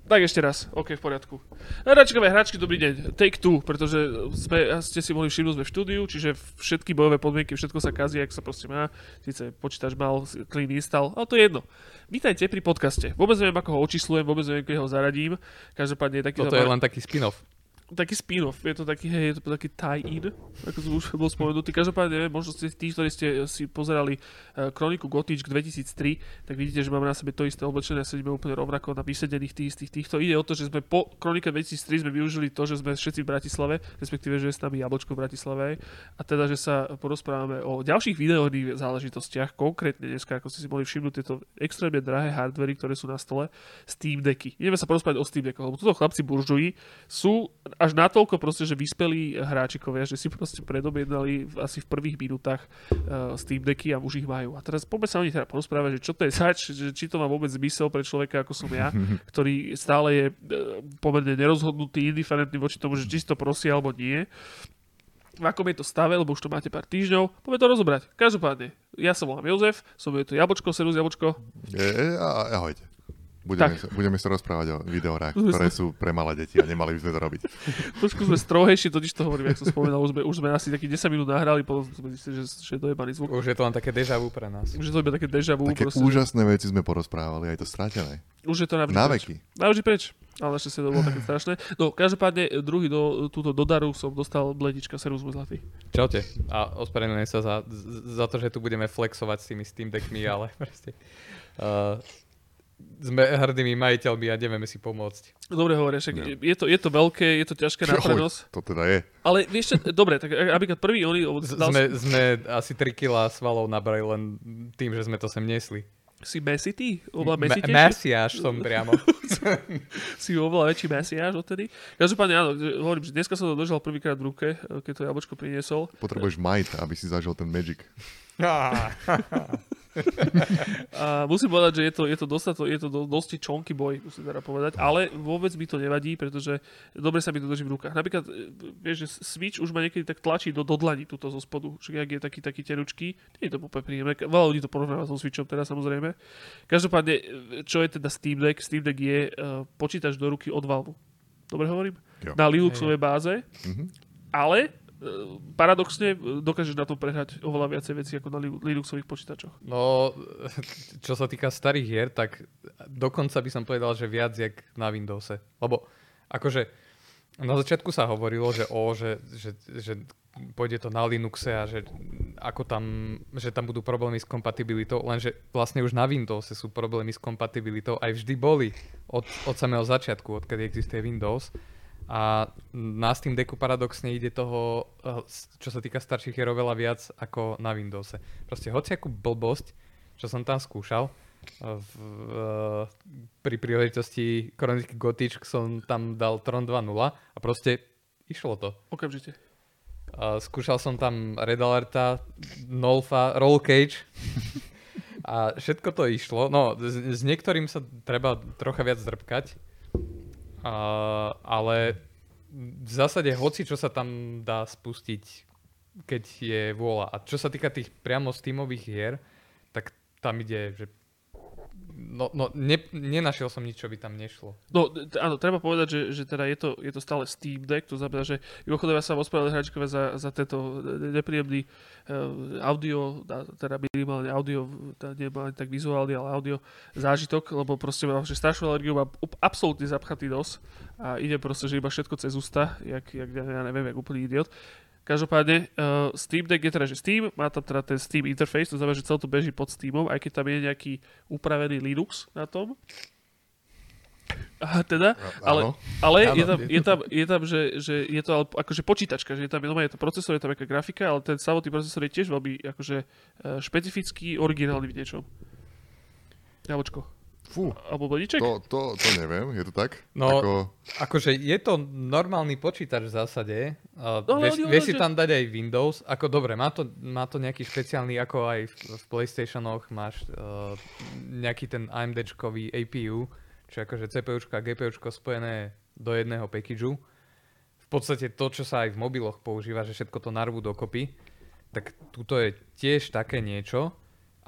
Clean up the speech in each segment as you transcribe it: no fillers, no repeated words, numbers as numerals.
Tak ešte raz, OK, v poriadku. Hračkové hračky, dobrý deň. Take two, pretože ste si mohli všimnúť, sme v štúdiu, čiže všetky bojové podmienky, všetko sa kazí, ak sa proste má. Síce počítač mal clean install, ale to je jedno. Vítajte pri podcaste. Vôbec neviem, ako ho očíslujem, vôbec neviem, keď ho zaradím. Každopádne je taký... Toto je len taký spin-off. Taký spin-off, je to taký tie-in, ako som už bol spomenutý. Každopádne neviem, možno ste tí, ktorí ste si pozerali kroniku Gotičk 2003, tak vidíte, že máme na sebe to isté oblečenie a sedíme úplne rovnako na vysedených týchto. Ide o to, že sme po kronike 2003 sme využili to, že sme všetci v Bratislave, respektíve, že je s nami Jablčko v Bratislave a teda, že sa porozprávame o ďalších videoherných záležitostiach, konkrétne dneska, ako ste si mohli všimnúť, tieto extrémne drahé hardvery, ktoré sú na stole, Steam Decky. Ideme sa porozprávať o Steam Deckoch, lebo tuto chlapci buržuji sú až natoľko proste, že vyspelí hráčikovia, že si proste predobjednali asi v prvých minútach Steam Decky a už ich majú. A teraz poďme sa o nich teda porozprávať, že čo to je zač, že či to má vôbec zmysel pre človeka, ako som ja, ktorý stále je pomerne nerozhodnutý, indiferentný voči tomu, že či si to prosí alebo nie. V akom je to stave, lebo už to máte pár týždňov. Poďme to rozobrať. Každopádne, ja sa volám Jozef, som je to Jablčko, servus Jablčko. Ahojte. Budeme sa rozprávať o videohrách, ktoré sú pre malé deti a nemali by sme to robiť. Trošku sme strohejší, totiž to hovorím, jak som spomenal, už sme asi takých 10 minút nahrali, potom sme zistili, že je dojebaný zvuk. Už je to len také déjà vu pre nás. Už je to iba také déjà vu. Také proste, úžasné veci sme porozprávali, aj to stratené. Už je to navždy na preč. veky. Navždy preč. Ale ešte sa to bolo také strašné. No, každopádne, druhý do daru som dostal bledička, servus môj zlatý. Čaute. A ospravedlňujem sa za to, že tu budeme flexovať s tými Steam Deckmi, ale proste... sme hrdými majiteľmi a nevieme si pomôcť. Dobre hovoríš, je to veľké, je to ťažké na prenos. To teda je. Ale vieš čo, dobre, tak napríklad prvý oni... Sme asi 3 kg svalov nabrali len tým, že sme to sem nesli. Si mesitý? Oveľa mesitejší? Mesiáš som priamo. Si oveľa väčší mesiáš odtedy? Každopádne áno, hovorím, že dneska som to držal prvýkrát v ruke, keď to Jablčko priniesol. Potrebuješ might, aby si zažil ten magic. A musím povedať, že je to dosť čonky boj, musím teda povedať, ale vôbec mi to nevadí, pretože dobre sa mi to drží v rukách. Napríklad, vieš, že Switch už ma niekedy tak tlačí do dlani túto zo spodu, že ak je taký tenučký, nie je to úplne príjemné, veľa ľudí to porovnáva so Switchom teda samozrejme. Každopádne, čo je teda Steam Deck? Steam Deck je počítač do ruky od Valve. Dobre hovorím? Jo. Na Linuxovej báze, ale paradoxne dokážeš na tom prehrať oveľa viacej veci ako na Linuxových počítačoch. No, čo sa týka starých hier, tak dokonca by som povedal, že viac jak na Windowse. Lebo akože na začiatku sa hovorilo, že pôjde to na Linuxe a že tam budú problémy s kompatibilitou, lenže vlastne už na Windowse sú problémy s kompatibilitou, aj vždy boli od samého začiatku, odkedy existuje Windows. A na Steam Decku paradoxne ide toho, čo sa týka starších hier, oveľa viac ako na Windowse. Proste hociakú blbosť, čo som tam skúšal, pri príležitosti kroniky Gotičk som tam dal Tron 2.0 a proste išlo to. Okamžite. Skúšal som tam Red Alerta, Nolfa, Roll Cage a všetko to išlo. No, s niektorým sa treba trocha viac zdrbkať. Ale v zásade hoci, čo sa tam dá spustiť, keď je vôľa. A čo sa týka tých priamo Steamových hier, tak tam ide, že nenašiel som nič, čo by tam nešlo. No áno, treba povedať, že teda je to stále Steam Deck, to znamená, že mimochodom ja sa ospravedlňujem hráčikové za tento nepríjemný audio, teda minimálne audio, nemá tak vizuálny, ale audio zážitok, lebo proste mám strašnú alergiu, mám absolútne zapchatý nos a ide proste, že iba všetko cez ústa, ja neviem, jak úplný idiot. Každopádne, Steam Deck je teda, že Steam, má tam teda ten Steam interface, to znamená, že celé to beží pod Steamom, aj keď tam je nejaký upravený Linux na tom. Teda, ale je tam, že je to akože počítačka, že je tam je to procesor, je tam nejaká grafika, ale ten samotný procesor je tiež veľmi akože špecifický, originálny v niečom. Jablčko. Fú, alebo blediček? To neviem, je to tak? No, akože je to normálny počítač v zásade. Vieš si tam dať aj Windows. Ako dobre, má to nejaký špeciálny, ako aj v PlayStationoch máš nejaký ten AMD-čkový APU, čiže akože CPUčko a GPUčko spojené do jedného packageu. V podstate to, čo sa aj v mobiloch používa, že všetko to narvú dokopy, tak tuto je tiež také niečo.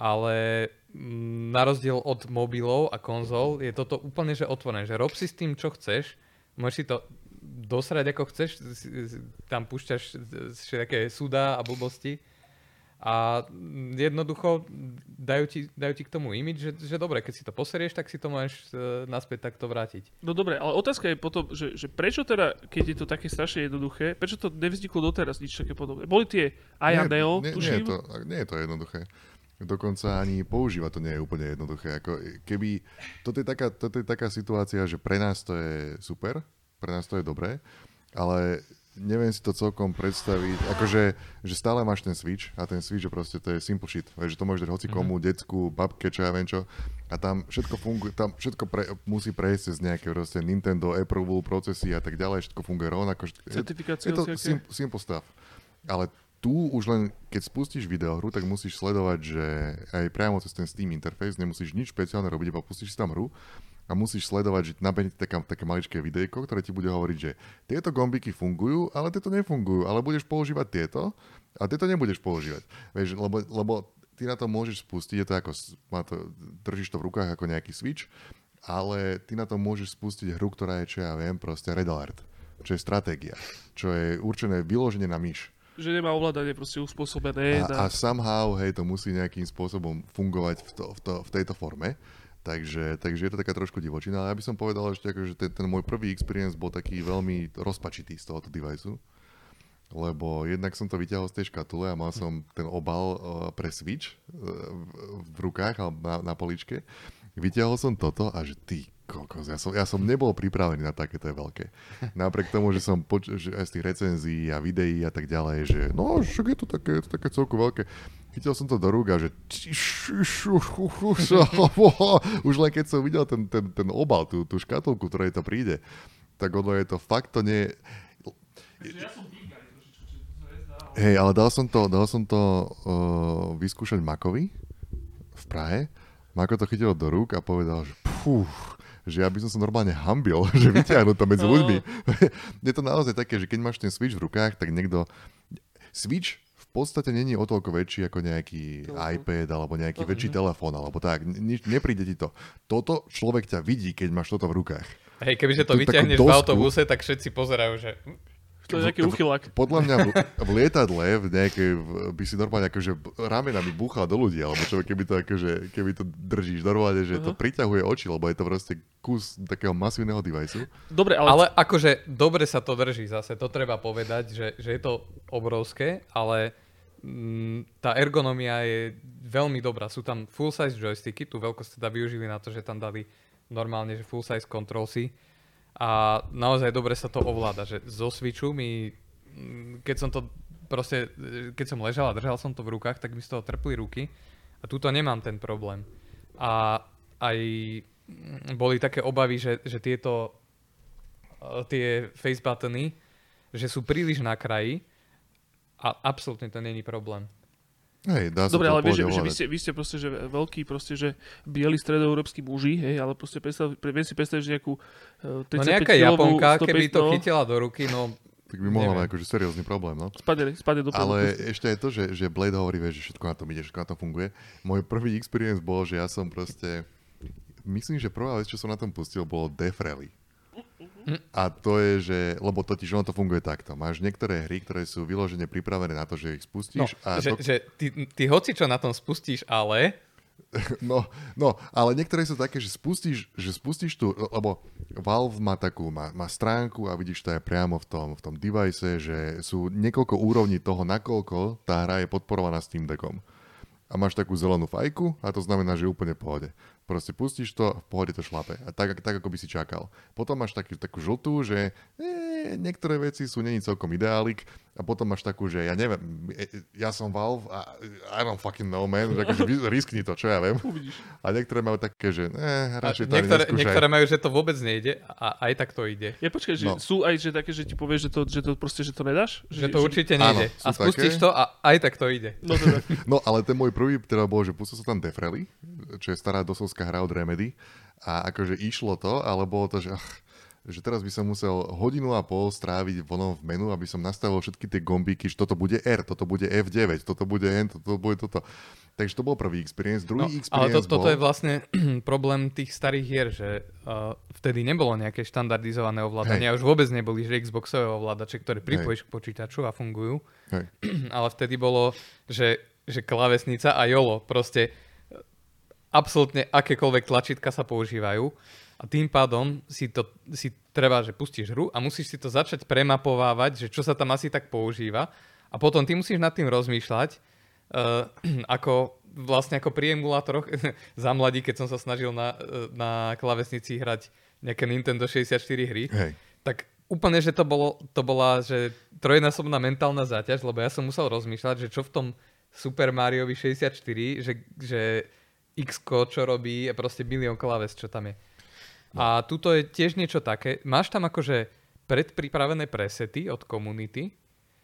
ale na rozdiel od mobilov a konzol je toto úplne že otvorené, že rob si s tým, čo chceš, môžeš si to dosrať ako chceš, tam púšťaš všetké súda a blbosti a jednoducho dajú ti k tomu imidž, že dobre, keď si to poserieš, tak si to môžeš naspäť takto vrátiť. No dobre, ale otázka je potom, že prečo teda, keď je to také strašne jednoduché, prečo to nevzniklo doteraz nič také podobné? Boli tie Aya Neo, tuším? Nie je to jednoduché. Dokonca ani používať to nie je úplne jednoduché. Ako keby, toto je taká situácia, že pre nás to je super, pre nás to je dobré, ale neviem si to celkom predstaviť, akože že stále máš ten Switch a ten Switch je proste, to je simple shit, že to môžeš dať hoci komu, decku, babke, čo ja viem čo, a tam všetko funguje, tam všetko musí prejsť cez nejaké proste Nintendo, approval procesy a tak ďalej, všetko funguje rovnako. Certifikácie. Je to simple stuff. Ale tu už len, keď spustíš videohru, tak musíš sledovať, že aj priamo cez ten Steam interface nemusíš nič špeciálne robiť, iba pustíš si tam hru a musíš sledovať, že nabehne také maličké videjko, ktoré ti bude hovoriť, že tieto gombiky fungujú, ale tieto nefungujú, ale budeš používať tieto a tieto nebudeš používať. Vieš, lebo ty na to môžeš spustiť, je to ako, držíš to v rukách ako nejaký Switch, ale ty na to môžeš spustiť hru, ktorá je, čo ja viem, proste Red Alert, čo je stratégia, čo je určené vyloženie na myš. Že nemá ovládanie proste uspôsobené. A somehow, hej, to musí nejakým spôsobom fungovať v tejto forme. Takže je to taká trošku divočina. Ale ja by som povedal ešte, že ten môj prvý experience bol taký veľmi rozpačitý z tohoto deviceu. Lebo jednak som to vyťahol z tej škatule a mal som ten obal pre Switch v rukách na poličke. Vyťahol som toto a že ty kokos, ja som nebol pripravený na takéto veľké. Napriek tomu, že som že aj z tých recenzií a videí a tak ďalej, že no, však je to také celku veľké. Chytil som to do rúk a že už len keď som videl ten obal, tú škatulku, ktorej to príde, tak ono je to fakt to nie... Hej, ale dal som to vyskúšať Makovi v Prahe. Mako to chytil do rúk a povedal, že ja by som sa normálne hambil, že vyťahnu to medzi ľuďmi. Je to naozaj také, že keď máš ten Switch v rukách, tak niekto... Switch v podstate není o toľko väčší ako nejaký iPad alebo nejaký väčší telefón, alebo tak. Nepríde ti to. Toto človek ťa vidí, keď máš toto v rukách. Hej, kebyže to vyťahneš v autobuse, tak všetci pozerajú, že... To je nejaký uchylák. Podľa mňa v lietadle by si normálne akože ramenami búchal do ľudí, alebo čo, keby to držíš normálne, že to priťahuje oči, lebo je to proste kus takého masívneho deviceu. Dobre, ale akože dobre sa to drží zase, to treba povedať, že je to obrovské, ale tá ergonomia je veľmi dobrá. Sú tam full-size joysticky, tú veľkosť teda využili na to, že tam dali normálne, že full-size controlsy. A naozaj dobre sa to ovláda, že zo Switchu keď som ležal a držal som to v rukách, tak mi z toho trpli ruky a túto nemám ten problém. A aj boli také obavy, že tie face buttony, že sú príliš na kraji a absolútne to není problém. Hej, dá sa dobre, to ale vieš, že vy ste proste, že veľkí proste, že bieli stredoeurópsky muži, hej, ale proste viem si predstaviť, že nejakú 35 no nejaká Japonka, keby to chytila do ruky, no... Tak by mohla mať akože seriózny problém, no. Spadne do pôvodku. Ale ešte aj to, že Blade hovorí, že všetko na tom ide, všetko na tom funguje. Môj prvý experience bol, že ja som proste... Myslím, že prvá vec, čo som na tom pustil, bolo Death Rally. A to je, že, lebo totiž ono to funguje takto. Máš niektoré hry, ktoré sú vyložene pripravené na to, že ich spustíš. Ty hoci čo na tom spustíš, ale... No, ale niektoré sú také, že spustíš tu, lebo Valve má stránku a vidíš to aj priamo v tom device, že sú niekoľko úrovní toho, nakoľko tá hra je podporovaná Steam Deckom. A máš takú zelenú fajku a to znamená, že úplne v pohode. Proste pustíš to, v pohode to šlape. A tak ako by si čakal. Potom máš takú žltú, že niektoré veci sú není celkom ideálik. A potom máš takú, že ja neviem, ja som Valve a I don't fucking know, man. Akože riskni to, čo ja viem. A niektoré majú také, že radšej to neskúšaj. Niektoré majú, že to vôbec nejde a aj tak to ide. Ja počkaj, že sú aj že také, že ti povieš, že to proste, že to nedáš? Že to určite nejde. Áno, a spustíš to a aj tak to ide. No ale ten môj prvý teda bol, že pustil sa tam Death Rally, čo je stará dosovská hra od Remedy. A akože išlo to, ale bolo to, že že teraz by som musel 1.5 hodiny stráviť v menu, aby som nastavil všetky tie gombíky, že toto bude R, toto bude F9, toto bude N, toto bude toto. Takže to bol prvý experience. Druhý experience toto je vlastne problém tých starých hier, že vtedy nebolo nejaké štandardizované ovládanie a už vôbec neboli že Xboxové ovládače, ktoré pripojíš k počítaču a fungujú. Hej. Ale vtedy bolo, že klávesnica a YOLO, proste absolútne akékoľvek tlačítka sa používajú. A tým pádom si treba, že pustíš hru a musíš si to začať premapovávať, že čo sa tam asi tak používa. A potom ty musíš nad tým rozmýšľať, ako pri emulátoroch za mladí, keď som sa snažil na klávesnici hrať nejaké Nintendo 64 hry, tak úplne, že to bola že trojnásobná mentálna záťaž, lebo ja som musel rozmýšľať, že čo v tom Super Mariovi 64, že X-ko, čo robí, a proste bilión kláves, čo tam je. A tuto je tiež niečo také. Máš tam akože predpripravené presety od komunity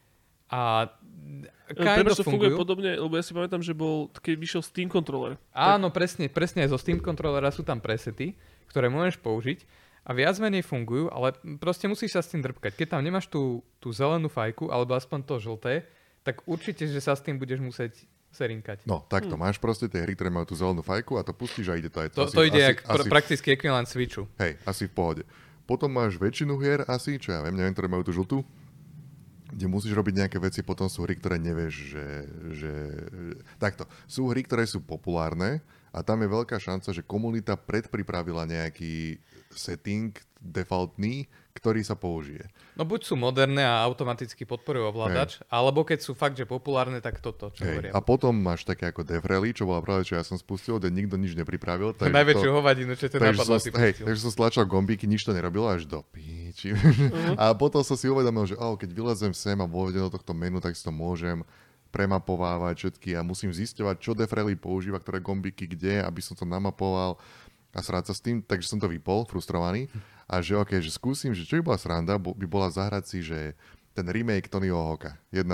a Prepáč, to funguje podobne, lebo ja si pamätám, že keď vyšiel Steam Controller. Áno, presne aj zo Steam Controllera sú tam presety, ktoré môžeš použiť a viac menej fungujú, ale proste musíš sa s tým drpkať. Keď tam nemáš tú zelenú fajku, alebo aspoň to žlté, tak určite, že sa s tým budeš musieť serinkať. No, takto. Máš proste tie hry, ktoré majú tú zelenú fajku a to pustíš a ide to aj. To ide prakticky ekvivalent Switchu. Hej, asi v pohode. Potom máš väčšinu hier asi, čo ja neviem, ktoré majú tú žltú, kde musíš robiť nejaké veci, potom sú hry, ktoré nevieš, že... Takto. Sú hry, ktoré sú populárne a tam je veľká šanca, že komunita predpripravila nejaký setting defaultný, ktorý sa použije. No buď sú moderné a automaticky podporujú ovládač, alebo keď sú fakt, že populárne, tak toto, čo hovoria. A potom máš také ako DevRally, čo bola pravda, čo ja som spustil, kde nikto nič nepripravil. Najväčšiu hovadinu, čo to napadlo, si pustil. Takže som stlačal gombíky, nič to nerobilo až do píči. A potom som si uvedomil, že keď vylezem sem a vôjdem do tohto menu, tak si to môžem premapovávať všetky a musím zisťovať, čo DevRally používa, ktoré gombíky kde, aby som to namapoval a srať sa s tým, takže som to vypol, frustrovaný. A že že skúsim, že čo by bola sranda, by bola zahrať si, že ten remake Tonyho Hawka 1+2.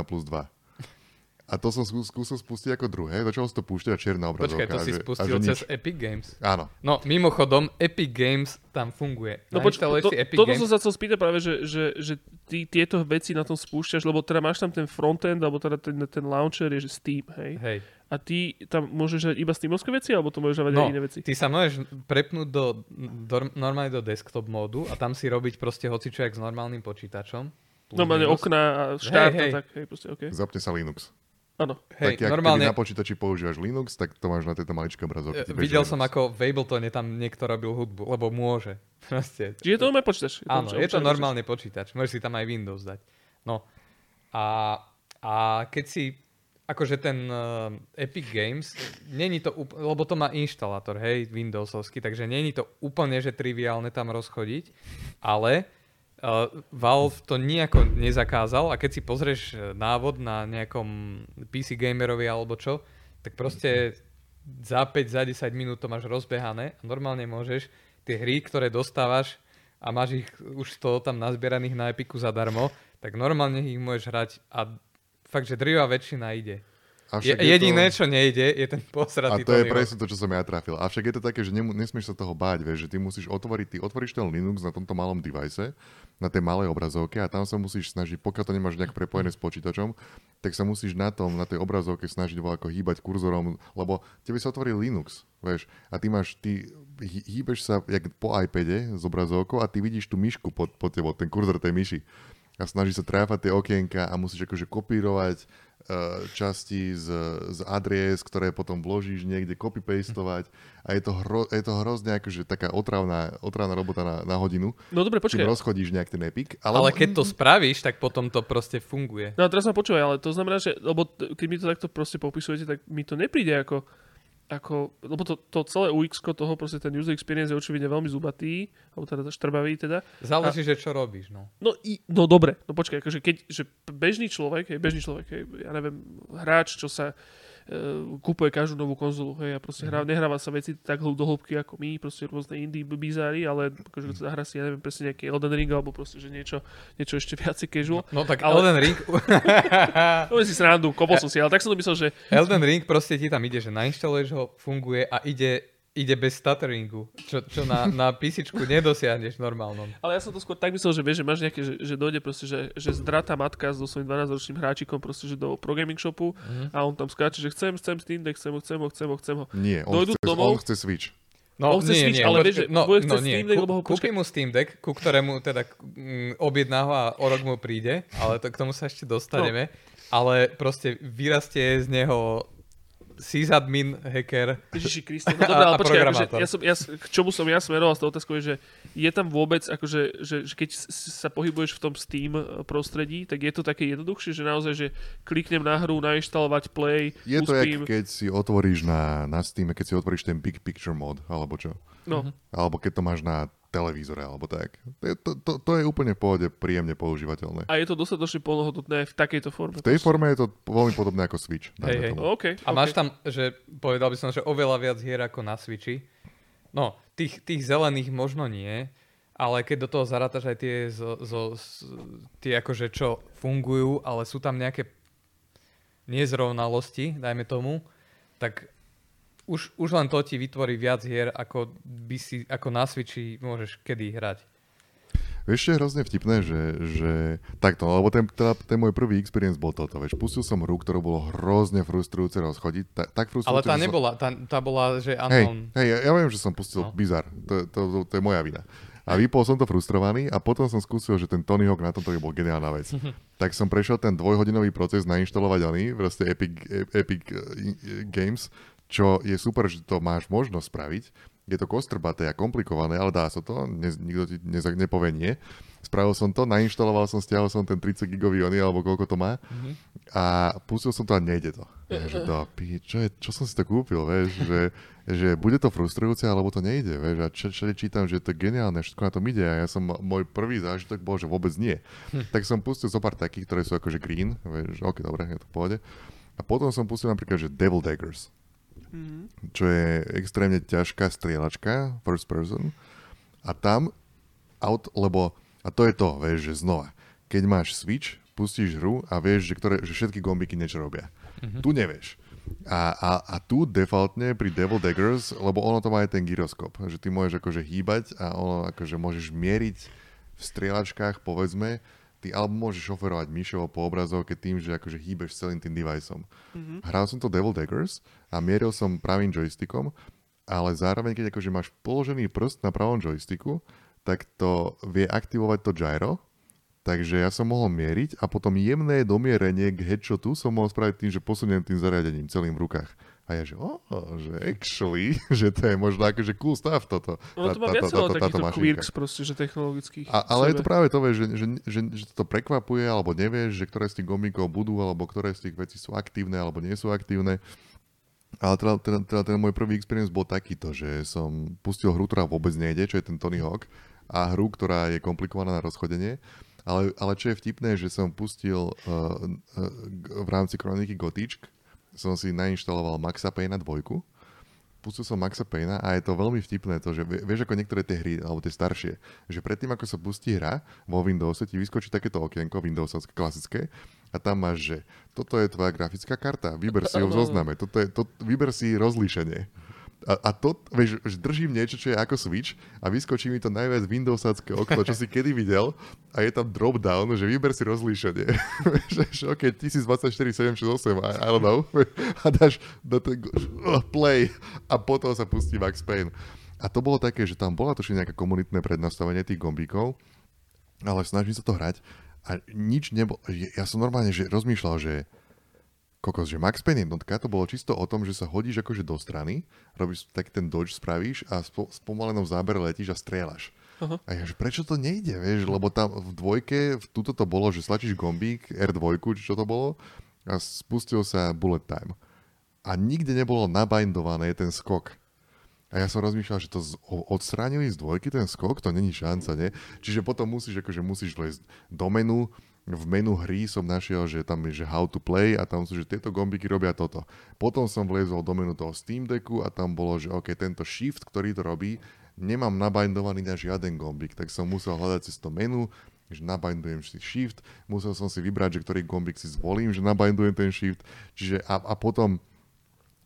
A to som skúsil spustiť ako druhé, začalo sa to púšťať čierna obrazovka. Počkaj, to si spustil cez Epic Games? Áno. No, mimochodom, Epic Games tam funguje. No toto som sa chcel spýtať práve, že ty tieto veci na tom spúšťaš, lebo teda máš tam ten frontend, alebo teda ten launcher je, že Steam, hej? A ty tam môžeš hrať iba Steamovské veci, alebo to môžeš hrať aj iné veci? Ty sa môžeš prepnúť normálne do desktop módu a tam si robiť proste hocičo jak s normálnym počítačom. Normálne okná a štart a tak, hej, proste, OK. Zapne sa Linux. Áno. Hej, tak, normálne... Keby na počítači používaš Linux, tak to máš na tejto maličké obrazovke. Videl som, ako v Abletone tam niekto robil hudbu, lebo môže. Proste. Čiže je to normálne počítač? Áno, je to normálne počítač. Môžeš si tam aj Windows dať. No. A keď si akože ten Epic Games, není to lebo to má inštalátor, hej, Windowsovský, takže není to úplne, že triviálne tam rozchodiť, ale Valve to nejako nezakázal a keď si pozrieš návod na nejakom PC gamerovi alebo čo, tak proste za 5, za 10 minút to máš rozbehané a normálne môžeš tie hry, ktoré dostávaš a máš ich už to tam nazbieraných na Epiku zadarmo, tak normálne ich môžeš hrať a fakt, že drvivá väčšina ide. Jediné, čo nejde, je ten posratý Tony Hawk. A to je presne to, čo som ja trafil. Avšak je to také, že nesmieš sa toho báť, vieš, že ty musíš otvoríš ten Linux na tomto malom device, na tej malej obrazovke a tam sa musíš snažiť, pokiaľ to nemáš nejak prepojené s počítačom, tak sa musíš na tej obrazovke snažiť ako hýbať kurzorom, lebo tebe sa otvorí Linux, vieš, a ty hýbeš sa jak po iPade s obrazovkou a ty vidíš tú myšku pod tebou, ten kurzor tej myši. A snaží sa tráfať tie okienka a musíš akože kopírovať časti z adries, ktoré potom vložíš niekde, copy-pastovať a je to hrozne akože taká otravná robota na hodinu. No dobre, počkaj. Čím rozchodíš nejak ten Epic. Ale keď to spravíš, tak potom to proste funguje. No teraz ma počúvaj, ale to znamená, že lebo keď mi to takto proste popisujete, tak mi to nepríde ako lebo to celé UX-ko toho, proste ten user experience je očividne veľmi zubatý, alebo teda štrbavý teda. Záleží, že čo robíš, no. No dobre, no počkaj, akože že bežný človek, ja neviem, hráč, čo sa kúpuje každú novú konzolu, hej, a proste nehráva sa veci tak do hĺbky ako my, proste rôzne indie bizári, ale akože zahrá si, ja neviem, presne nejaký Elden Ring, alebo proste, že niečo ešte viacej casual. No tak Elden Ring... No si srandu, kopol som si, ale tak som to myslel, že... Elden Ring proste ti tam ide, že nainštaluješ ho, funguje a ide ide bez stutteringu, čo na písičku nedosiahneš normálnom. Ale ja som to skôr tak myslel, že vieš, že máš nejaké, že dojde proste, že zdratá matka so svojím 12-ročným hráčikom proste, že do Pro Gaming Shopu a on tam skáče, že chcem Steam Deck, chcem ho. Nie, on chce Switch. No, on chce Switch, ale vieš, že chce Steam Deck, lebo ho kúpi mu Steam Deck, ku ktorému teda objedná ho a o rok mu príde, ale k tomu sa ešte dostaneme. Ale proste vyrastie z neho sysadmin, hacker Ježiši Kriste, no dobré, ale počkaj, k čomu som ja smeroval s tou otázkou je, že je tam vôbec, akože, že keď sa pohybuješ v tom Steam prostredí, tak je to také jednoduchšie, že naozaj, že kliknem na hru, nainštalovať Play, je to jak keď si otvoríš na Steam, keď si otvoríš ten Big Picture mod, alebo čo? No. Alebo keď to máš na televízore, alebo tak. To je úplne v pohode príjemne používateľné. A je to dostatočne plnohodnotné v takejto forme? V tej forme je to veľmi podobné ako Switch. Hej. Okay. A máš tam, že povedal by som, že oveľa viac hier ako na Switchi. No, tých zelených možno nie, ale keď do toho zarátaš aj tie akože čo fungujú, ale sú tam nejaké nezrovnalosti, dajme tomu, tak už len to ti vytvorí viac hier, ako na Switchi môžeš kedy hrať. Vieš, čo je hrozne vtipné, že takto, lebo ten môj prvý experience bol toto, vieš, pustil som hru, ktorú bolo hrozne frustrujúce rozchodiť, tak frustrujúce. Ale tá nebola, tá bola, že unknown. Hej, ja viem, že som pustil bizar, to je moja vina. A vypol som to frustrovaný a potom som skúsil, že ten Tony Hawk na tomto bol geniálna vec. Tak som prešiel ten 2-hodinový proces nainštalovať proste Epic Games, čo je super, že to máš možnosť spraviť. Je to kostrbaté a komplikované, ale dá sa to, nikto ti nepovie nie. Spravil som to, nainštaloval som, stiahol som ten 30 gigový alebo koľko to má a pustil som to a nejde to. Čo som si to kúpil, vieš, že bude to frustrujúce, alebo to nejde, vieš, a čo čítam, že to je geniálne, všetko na tom ide a ja som, môj prvý zážitok bol, že vôbec nie. Tak som pustil zo pár takých, ktoré sú akože green, vieš, ok, dobre, je to v pohode. A potom som pustil napríklad, že Devil Daggers. Čo je extrémne ťažká strieľačka, first person. A tam, a to je to, vieš, že znova, keď máš Switch, pustíš hru a vieš, že všetky gombiky niečo robia. Tu nevieš. A tu defaultne pri Devil Daggers, lebo ono to má aj ten gyroskop, že ty môžeš akože hýbať a ono akože môžeš mieriť v strieľačkách, povedzme, ty alebo môžeš šoferovať myšou po obrazovke tým, že akože hýbeš celým tým deviceom. Hral som to Devil Daggers a mieril som pravým joystickom, ale zároveň, keď akože máš položený prst na pravom joysticku, tak to vie aktivovať to gyro, takže ja som mohol mieriť a potom jemné domierenie k headshotu som mohol spraviť tým, že posuniem tým zariadením celým v rukách. A ja, že actually, že to je možno akože cool stuff toto. Ono to má viacero takýchto quirks proste, že technologických. Ale je to práve to, že to prekvapuje, alebo nevieš, že ktoré z tých gombíkov budú, alebo ktoré z tých vecí sú aktívne, alebo nie sú aktívne. Ale teda ten môj prvý experience bol takýto, že som pustil hru, ktorá vôbec nejde, čo je ten Tony Hawk, a hru, ktorá je komplikovaná na rozchodenie. Ale čo je vtipné, že som pustil v rámci Kroniky Gotíčk, som si nainštaloval Maxa Payna 2, pustil som Maxa Payna a je to veľmi vtipné to, že vieš ako niektoré tie hry, alebo tie staršie, že predtým ako sa pustí hra vo Windowse, ti vyskočí takéto okienko Windowsovské klasické a tam máš, že toto je tvoja grafická karta, vyber si ho v zozname, vyber si rozlíšenie. A to, vieš, že držím niečo, čo je ako Switch a vyskočí mi to najviac Windowsácké okno, čo si kedy videl a je tam drop-down, že vyber si rozlíšenie. Že OK, 1024, 768, I don't know. A dáš do play a potom sa pustí Max Payne. A to bolo také, že tam bola tuším nejaké komunitné prednastavenie tých gombíkov, ale snažím sa to hrať a nič nebolo. Ja som normálne že rozmýšľal, že kokos, že Max Payne jednotka, to bolo čisto o tom, že sa hodíš akože do strany, robíš taký ten dodge spravíš a s pomalenou zábere letíš a strieľaš. A ja, že prečo to nejde, vieš, lebo tam v dvojke, tuto to bolo, že stlačíš gombík, R2, či čo to bolo, a spustil sa bullet time. A nikde nebolo nabindované ten skok. A ja som rozmýšľal, že to odstránili z dvojky ten skok, to není šanca, nie? Čiže potom musíš vlezť do menu. V menu hry som našiel, že tam je, že how to play a tam sú, že tieto gombiky robia toto. Potom som vliezol do menu toho Steam Decku a tam bolo, že OK, tento shift, ktorý to robí, nemám nabindovaný na žiaden gombik, tak som musel hľadať cez to menu, že nabindujem si shift, musel som si vybrať, že ktorý gombik si zvolím, že nabindujem ten shift, čiže a potom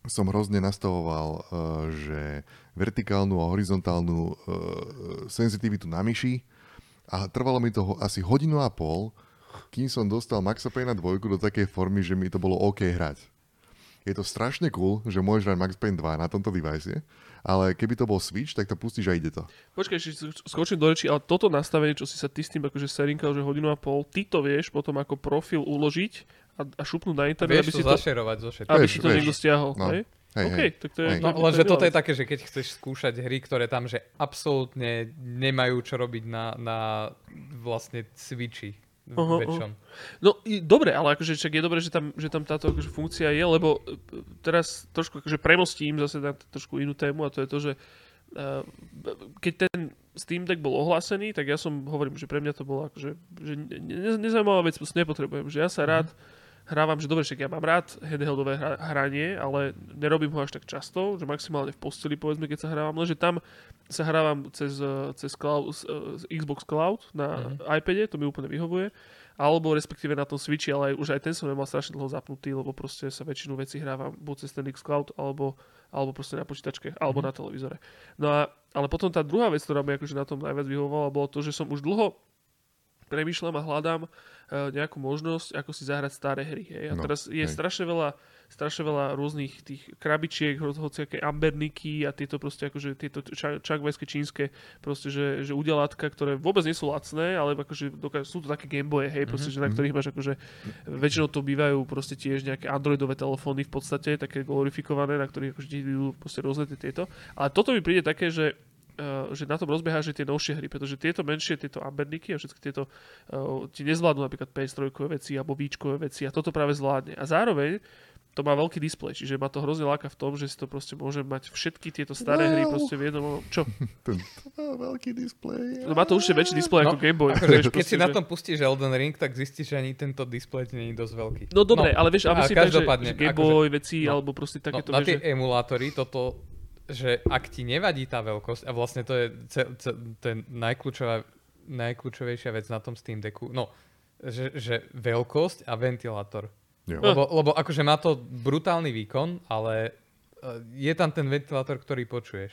som hrozne nastavoval, že vertikálnu a horizontálnu senzitivitu na myši a trvalo mi to asi 1.5 hodiny, kým som dostal Maxa Payne 2 do takej formy, že mi to bolo OK hrať. Je to strašne cool, že môžeš hrať Max Payne 2 na tomto device, ale keby to bol Switch, tak to pustíš a ide to. Počkaj, skočím do reči, ale toto nastavenie, čo si sa ty s tým akože serinkal, že 1.5 hodiny, ty to vieš potom ako profil uložiť a šupnúť na internet, aby si to zašerovať zo všetkých. Aby si to niekto stiahol, no. hej? OK, tak to je... No, lenže toto je také, že keď chceš skúšať hry, ktoré tam že absolútne nemajú čo robiť na vlastne Switchi. Väčšom. No dobre, ale akože čak je dobré, že tam táto akože funkcia je, lebo teraz trošku akože premostím zase na trošku inú tému a to je to, že keď ten Steam Deck bol ohlásený, tak ja som hovorím, že pre mňa to bolo akože že nezaujímavá vec, proste nepotrebujem, že ja sa rád hrávam, že dobre, však ja mám rád handheldové hranie, ale nerobím ho až tak často, že maximálne v posteli, povedzme, keď sa hrávam, lenže tam sa hrávam cez Xbox Cloud na iPade, to mi úplne vyhovuje, alebo respektíve na tom Switchi, ale už aj ten som nemal strašne dlho zapnutý, lebo proste sa väčšinu vecí hrávam buď cez ten Xcloud, alebo proste na počítačke, alebo na televízore. No ale potom tá druhá vec, ktorá mi akože na tom najviac vyhovovala, bolo to, že som už dlho premýšľam a hľadám nejakú možnosť, ako si zahrať staré hry. Hej. A teraz je strašne veľa rôznych tých krabičiek, hociaké amberniky a tieto proste akože tieto čangvajské čínske proste, že udelátka, ktoré vôbec nie sú lacné, ale akože sú to také Gameboye, hej, proste, že na ktorých máš akože väčšinou to bývajú proste tiež nejaké androidové telefóny v podstate, také glorifikované, na ktorých akože idú proste rôzne tieto. Ale toto mi príde také, že na tom rozbieha, že tie novšie hry, pretože tieto menšie, tieto amberniky a všetky tieto ti nezvládnu napríklad PS3 veci alebo Víčkové veci a toto práve zvládne. A zároveň to má veľký displej, čiže ma to hrozne láka v tom, že si to proste môže mať všetky tieto staré hry proste v jednom... Čo? Veľký displej. No má to už väčší displej ako Game Boy. Akože, keď si na tom pustíš Elden Ring, tak zistíš, že ani tento displej nie je dosť veľký. No dobre, ale vieš, aby si že Game Boy veci alebo proste takéto... Na tie emulátory toto, že ak ti nevadí tá veľkosť, a vlastne to je najkľúčovejšia vec na tom Steam Decku, no, že veľkosť a ventilátor. Lebo akože má to brutálny výkon, ale je tam ten ventilátor, ktorý počuješ.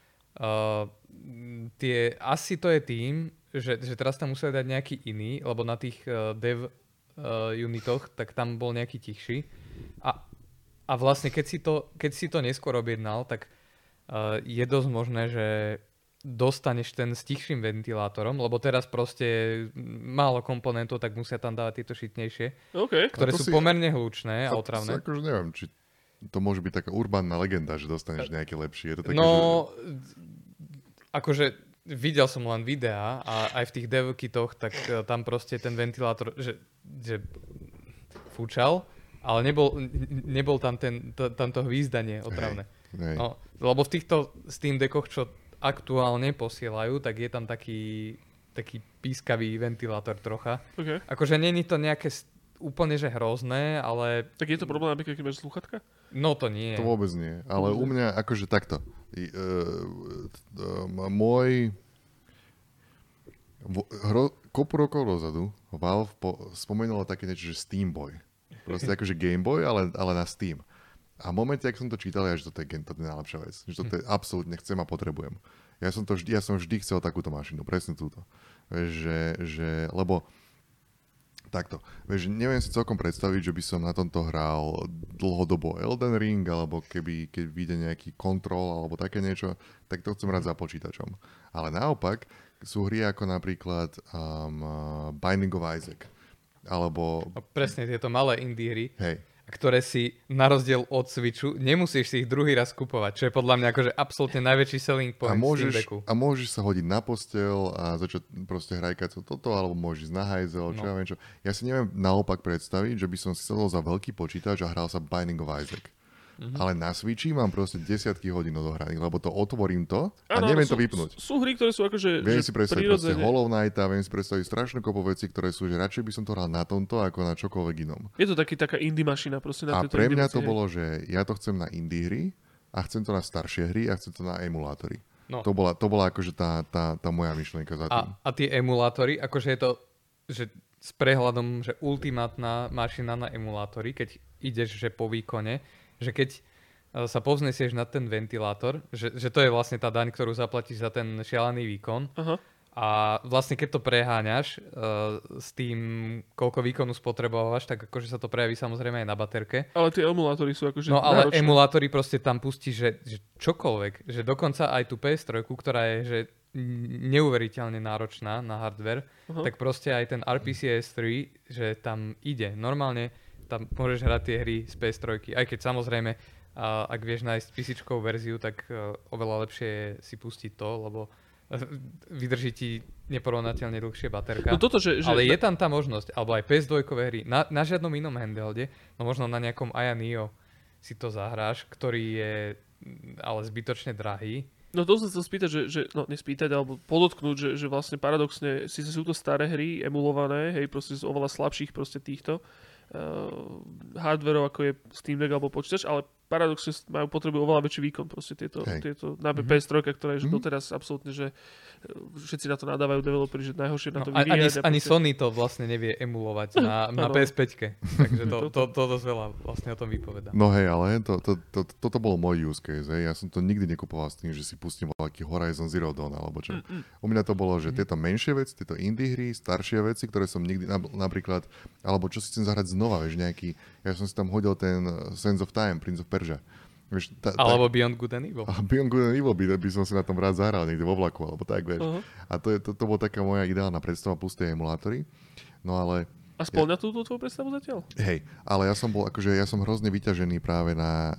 Asi to je tým, že teraz tam museli dať nejaký iný, lebo na tých dev unitoch, tak tam bol nejaký tichší. A vlastne keď si to neskôr objednal, tak je dosť možné, že dostaneš ten s tichším ventilátorom, lebo teraz proste málo komponentov, tak musia tam dávať tieto šitnejšie, ktoré sú pomerne hlučné a otravné. Akože neviem, či to môže byť taká urbánna legenda, že dostaneš nejaké lepšie. Je to také, akože videl som len videá a aj v tých dev kitoch, tak tam proste ten ventilátor, že fúčal, ale nebol tam to hvízdanie otravné. No, lebo v týchto Steam Deckoch, čo aktuálne posielajú, tak je tam taký pískavý ventilátor trocha. Akože není to nejaké úplne že hrozné, ale... Tak je to problém napríklad, keď máš slúchatka? No to nie. To vôbec nie. Ale u mňa akože takto. Kopu rokov dozadu Valve spomenulo také niečo, že Steam Boy. Proste akože Game Boy, ale na Steam. A v momente, ak som to čítal, že toto je najlepšia vec. Že toto je absolútne chcem a potrebujem. Ja som vždy chcel takúto mašinu, presne túto. Lebo takto. Neviem si celkom predstaviť, že by som na tomto hral dlhodobo Elden Ring, alebo keď vyjde nejaký Control, alebo také niečo, tak to chcem hrať za počítačom. Ale naopak sú hry ako napríklad Binding of Isaac. Alebo... Presne, tieto malé indie hry. Hej. Ktoré si na rozdiel od Switchu nemusíš si ich druhý raz kupovať, čo je podľa mňa akože absolútne najväčší selling point Steam Decku. A môžeš sa hodiť na posteľ a začať proste hrajkať toto, alebo môžeš ísť na hajzel, čo ja viem čo. Ja si neviem naopak predstaviť, že by som si sadol za veľký počítač a hral sa Binding of Isaac. Ale na Switchi mám proste desiatky hodín odohraných, lebo to otvorím to a neviem to vypnúť. Sú hry, ktoré sú akože viem si predstaviť proste Hollow Knighta, viem si predstaviť strašnú kopu veci, ktoré sú, že radšej by som to hral na tomto, ako na čokoľvek inom. Je to taká indie mašina proste na tejto. A pre mňa to bolo, že ja to chcem na indie hry a chcem to na staršie hry a chcem to na emulátory. No. To bola akože tá moja myšlienka za tým. A tie emulátory, akože je to, že s prehľadom, že ultimátna mašina na emulátory, keď ideš že po výkone, že keď sa povznesieš na ten ventilátor, že to je vlastne tá daň, ktorú zaplatíš za ten šialený výkon. Aha. A vlastne keď to preháňaš s tým, koľko výkonu spotrebovávaš, tak akože sa to prejaví samozrejme aj na baterke. Ale tie emulátory sú akože No ale náročné. emulátory proste tam pustí, že čokoľvek. Že dokonca aj tú PS3, ktorá je že neuveriteľne náročná na hardware, tak proste aj ten RPCS 3, že tam ide. Normálne tam môžeš hrať tie hry z PS3, aj keď samozrejme ak vieš nájsť fyzičkovú verziu, tak oveľa lepšie je si pustiť to, lebo vydrží ti neporovnateľne dlhšie baterka. No toto, ale je tam tá možnosť, alebo aj PS2 hry, na žiadnom inom handhelde, no možno na nejakom Aya Neo si to zahráš, ktorý je ale zbytočne drahý. No to sa chcel spýtať, no nespýtať, alebo podotknúť, že vlastne paradoxne, síce sú to staré hry, emulované, hej, proste z oveľa slabších proste týchto hardwareov, ako je Steam Deck alebo počítač, ale paradoxne majú potrebu oveľa väčší výkon proste tieto na PS3, ktorá je že doteraz absolútne, že všetci na to nadávajú developeri, že najhoršie na to vyvíjať. Ani Sony to vlastne nevie emulovať na PS5, takže to dosť veľa vlastne o tom vypovedá. No hej, ale toto bol môj use case, hej. Ja som to nikdy nekupoval s tým, že si pustím nejaký Horizon Zero Dawn alebo čo. U mňa to bolo, že tieto menšie veci, tieto indie hry, staršie veci, ktoré som nikdy napríklad, alebo čo si chcem zahrať znova, vieš, nejaký, ja som si tam hodil ten Sands of Time, Prince of Persia. Vieš, alebo Beyond Good and Evil. Beyond Good and Evil by som si na tom rád zahral niekde vo vlaku, alebo tak, vieš. A to bola taká moja ideálna predstava plus tie emulátory. No ale... A spĺňa túto tvoju predstavu zatiaľ? Hej, ale ja som hrozne vyťažený práve na...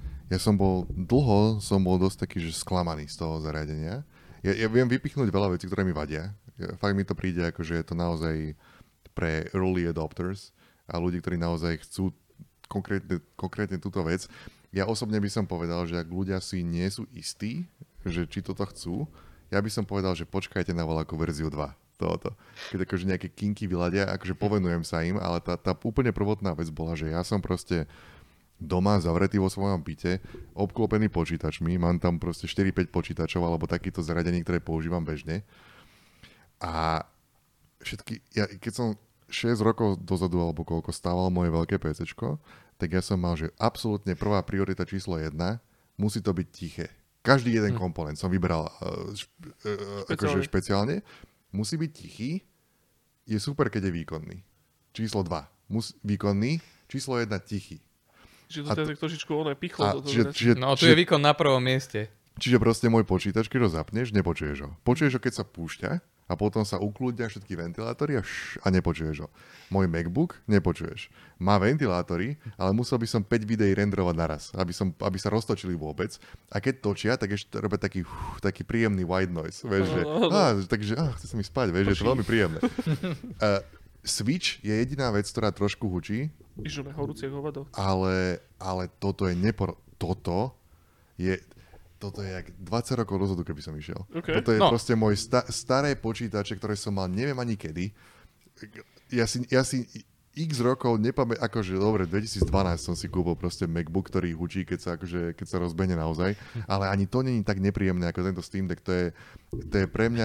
Dlho som bol dosť taký, že sklamaný z toho zariadenia. Ja viem vypichnúť veľa vecí, ktoré mi vadia. Fakt mi to príde, akože je to naozaj pre early adopters a ľudí, ktorí naozaj chcú konkrétne túto vec. Ja osobne by som povedal, že ak ľudia si nie sú istí, že či toto chcú, ja by som povedal, že počkajte na voľakú verziu 2 tohoto. Keď akože nejaké kinky vyladia, akože povenujem sa im, ale tá úplne prvotná vec bola, že ja som proste doma zavretý vo svojom byte, obklopený počítačmi, mám tam proste 4-5 počítačov alebo takýto zariadení, ktoré používam bežne. A keď som 6 rokov dozadu alebo koľko stávalo moje veľké PCčko, tak ja som mal, že absolútne prvá priorita číslo 1 musí to byť tiché. Každý jeden komponent som vybral akože špeciálne. Musí byť tichý. Je super, keď je výkonný. Číslo 2. Výkonný. Číslo 1 tichý. Čiže to tak trošičku pichlo. Tu je výkon na prvom mieste. Čiže proste môj počítač, keď ho zapneš, nepočuješ ho. Počuješ ho, keď sa púšťa a potom sa uklúdia všetky ventilátory a nepočuješ ho. Môj MacBook nepočuješ. Má ventilátory, ale musel by som 5 videí renderovať naraz, aby sa roztočili vôbec. A keď točia, tak ešte robia taký príjemný white noise. Vieš, takže chce sa mi spať, vieš, je to veľmi príjemné. Switch je jediná vec, ktorá trošku hučí. Ale toto je Toto je jak 20 rokov dozadu, keby som išiel. Okay. Toto je proste môj staré počítače, ktoré som mal neviem ani kedy. Ja si x rokov nepamätám, akože dobre, 2012 som si kúpil proste MacBook, ktorý hučí, keď sa rozbehne naozaj, ale ani to není tak nepríjemné ako tento Steam Deck. To je pre mňa,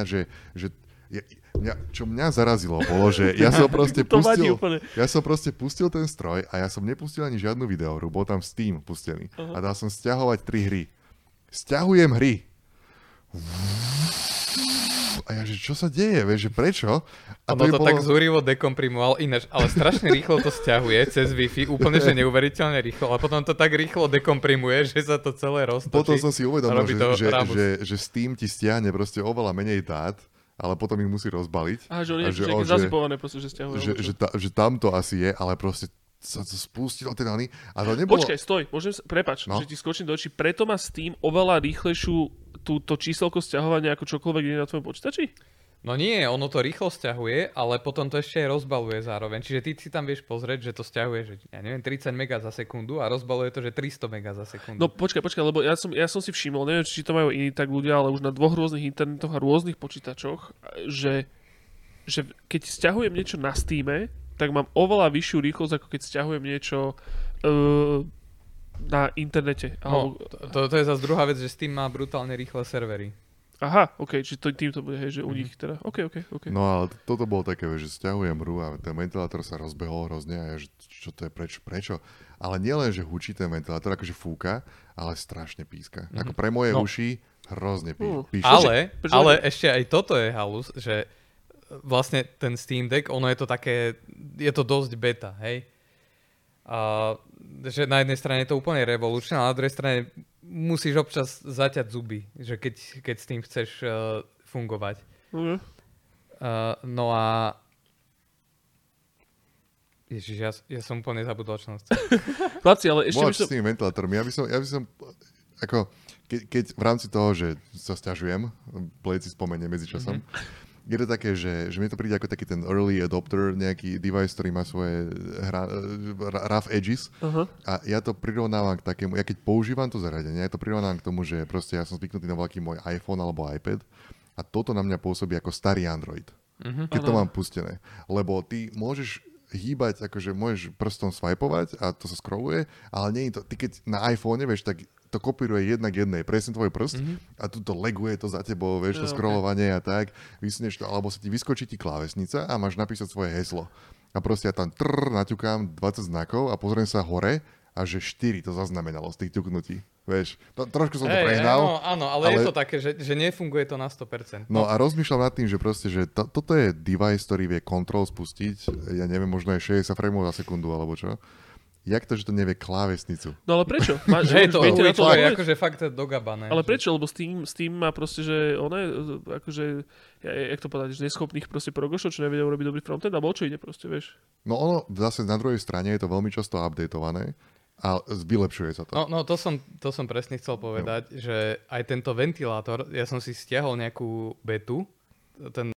čo mňa zarazilo bolo, že ja som proste pustil ten stroj a ja som nepustil ani žiadnu videohru, bol tam Steam pustený. A dal som sťahovať 3 hry. Sťahujem hry. A ja, že čo sa deje, vieš, že prečo? A ono to tak zúrivo dekomprimoval ináč, ale strašne rýchlo to sťahuje cez Wi-Fi, úplne, že neuveriteľne rýchlo, a potom to tak rýchlo dekomprimuje, že sa to celé roztočí. Potom som si uvedomil, že Steam ti stiahne proste oveľa menej dát, ale potom ich musí rozbaliť. Že on je nejaké zazipované, proste, že stiahuje. Že tam to asi je, ale proste sa to spustilo ten oný. A to nebolo... Počkaj, stoj, prepáč, že ti skočím do očí. Preto má Steam oveľa rýchlejšiu to číselko sťahovania ako čokoľvek je na tvojom počítači? No nie, ono to rýchlo sťahuje, ale potom to ešte aj rozbaluje zároveň. Čiže ty si tam vieš pozrieť, že to sťahuje, že ja neviem, 30 MB za sekundu a rozbaluje to, že 300 MB za sekundu. No počkaj, lebo ja som si všimol, neviem, či to majú iní tak ľudia, ale už na 2 rôznych internetoch a rôznych počítačoch, že keď sťahujem niečo na Steame, tak mám oveľa vyššiu rýchlosť, ako keď sťahujem niečo na internete. No, to je zase druhá vec, že Steam má brutálne rýchle servery. Aha, OK, čiže tým to bude, hej, že u nich teda. OK. No ale toto bolo také, že stiahujem hru a ten ventilátor sa rozbehol hrozne a ja, že čo to je, prečo? Ale nielen, že hučí ten ventilátor, akože fúka, ale strašne píska. Ako pre moje uši hrozne píše. Ale ešte aj toto je halus, že vlastne ten Steam Deck, ono je to také, je to dosť beta, hej? A že na jednej strane je to úplne revolučné, a na druhej strane musíš občas zaťať zuby, že keď s tým chceš fungovať. No a Ježiš, ja som úplne zabudol, čo Chlapci, ale ešte s tými ventilátormi. Ja by som ako, keď v rámci toho, že sa sťažujem, Blade si spomenie medzičasom, je to také, že mne to príde ako taký ten early adopter, nejaký device, ktorý má svoje rough edges. A ja to prirovnávam k takému, ja keď používam to zariadenie, ja to prirovnávam k tomu, že proste ja som zvyknutý na veľký môj iPhone alebo iPad a toto na mňa pôsobí ako starý Android. Keď to mám pustené. Lebo ty môžeš hýbať, akože môžeš prstom swipovať a to sa scrolluje, ale nie je to, ty keď na iPhone, vieš, tak to kopíruje jedna k jednej, presne tvoj prst a tu to leguje to za tebou, vieš, to scrollovanie a tak, vysneš to, alebo sa ti vyskočí ti klávesnica a máš napísať svoje heslo. A proste ja tam naťukám 20 znakov a pozriem sa hore a že 4 to zaznamenalo z tých ťuknutí. Vieš, trošku som to prehnal. Áno, ale je to také, že nefunguje to na 100%. No a rozmýšľam nad tým, že proste, že toto je device, ktorý vie control spustiť, ja neviem, možno aj 60 frameov za sekundu, alebo čo. Jak to, že to nevie klávesnicu? No ale prečo? Hej, to je akože fakt dogabané. Ale prečo? Lebo Steam má proste, že akože, jak to povedať, že neschopných proste progošov, čo nevedia urobiť dobrý frontend, alebo čo ide proste, vieš? No ono, zase na druhej strane je to veľmi často updateované. A vylepšuje sa to. No to som presne chcel povedať, že aj tento ventilátor, ja som si stiahol nejakú betu, ten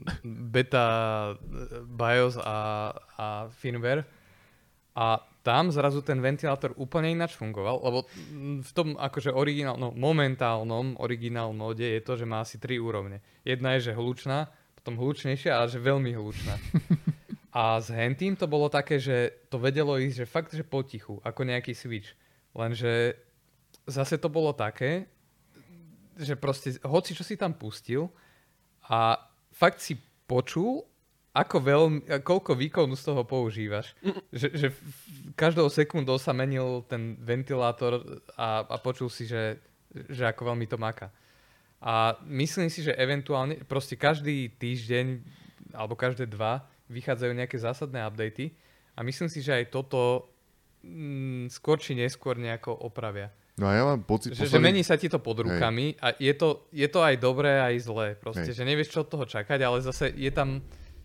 beta BIOS a firmware a tam zrazu ten ventilátor úplne ináč fungoval, lebo v tom akože momentálnom originál móde je to, že má asi 3 úrovne. Jedna je, že hlučná, potom hlučnejšia a že veľmi hlučná. A s hentým to bolo také, že to vedelo ísť, že fakt, že potichu, ako nejaký switch. Lenže zase to bolo také, že proste hoci čo si tam pustil a fakt si počul, koľko výkonu z toho používaš. Že každou sekundou sa menil ten ventilátor a počul si, že ako veľmi to maká. A myslím si, že eventuálne proste každý týždeň alebo každé 2 vychádzajú nejaké zásadné updaty a myslím si, že aj toto skôr či neskôr nejako opravia. No a ja mám pocit... Že mení sa ti to pod rukami a je to aj dobré, aj zlé. Proste, že nevieš, čo od toho čakať, ale zase je tam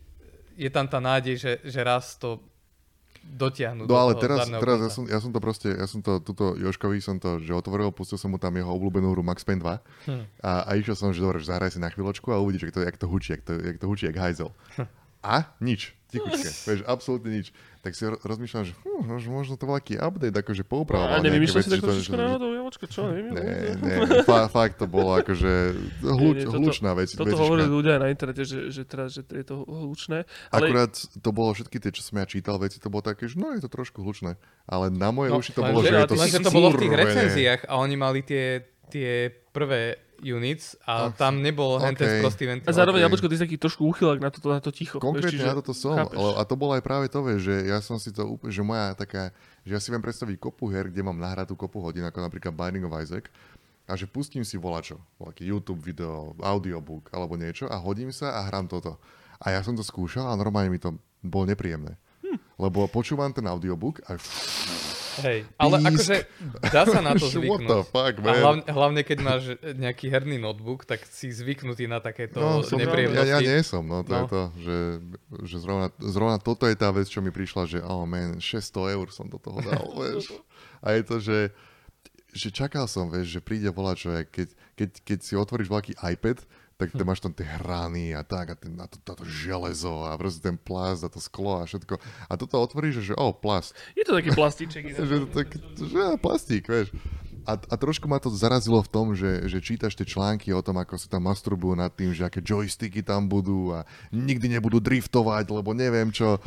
tá nádej, že raz to dotiahnu. No ale teraz ja som to tuto Joškovi že otvoril, pustil som mu tam jeho obľúbenú hru Max Payne 2 a išiel som, že dobre, že zahraj si na chvíľočku a uvidíš, jak to hučí, jak hajzel. A nič, tichučke, vieš, absolútne nič. Tak si rozmýšľam, že možno to bol aký update, akože poupravoval nejaké veci. A nevymýšľal si tak trošičku náhodou, Javočka, čo? Nie, fakt to bolo akože hlučná vec. Toto hovorili ľudia na internete, že teraz je to hlučné. Akurát to bolo všetky tie, čo som ja čítal veci, to bolo také, že je to trošku hlučné. Ale na moje uši to bolo, že je to survené. To bolo v tých recenziách a oni mali tie prvé units a tam nebol ten prostý ventilátor. A zároveň, Jablčko, ty si taký trošku úchylak na to ticho. Konkrétne na toto som. A to bolo aj práve to, že ja som si to že moja taká, že ja si viem predstaviť kopu her, kde mám nahratú kopu hodín, ako napríklad Binding of Isaac, a že pustím si volačo, nejaký YouTube video, audiobook alebo niečo a hodím sa a hrám toto. A ja som to skúšal a normálne mi to bolo nepríjemné. Lebo počúvam ten audiobook a... Hej, ale akože dá sa na to zvyknúť. What the fuck, man? A hlavne, keď máš nejaký herný notebook, tak si zvyknutý na takéto nepríjemnosti. Ja nie som, to je to, že zrovna toto je tá vec, čo mi prišla, že 600 eur som do toho dal, vieš. A je to, že čakal som, vieš, že príde volačo, keď si otvoríš veľký iPad, tak ty máš tam tie hrany a tak, a to železo a proste ten plast a to sklo a všetko. A toto otvoríš, že plast. Je to taký plastíček. že plastík, vieš. A trošku ma to zarazilo v tom, že čítaš tie články o tom, ako sa tam masturbujú nad tým, že aké joysticky tam budú a nikdy nebudú driftovať, lebo neviem čo.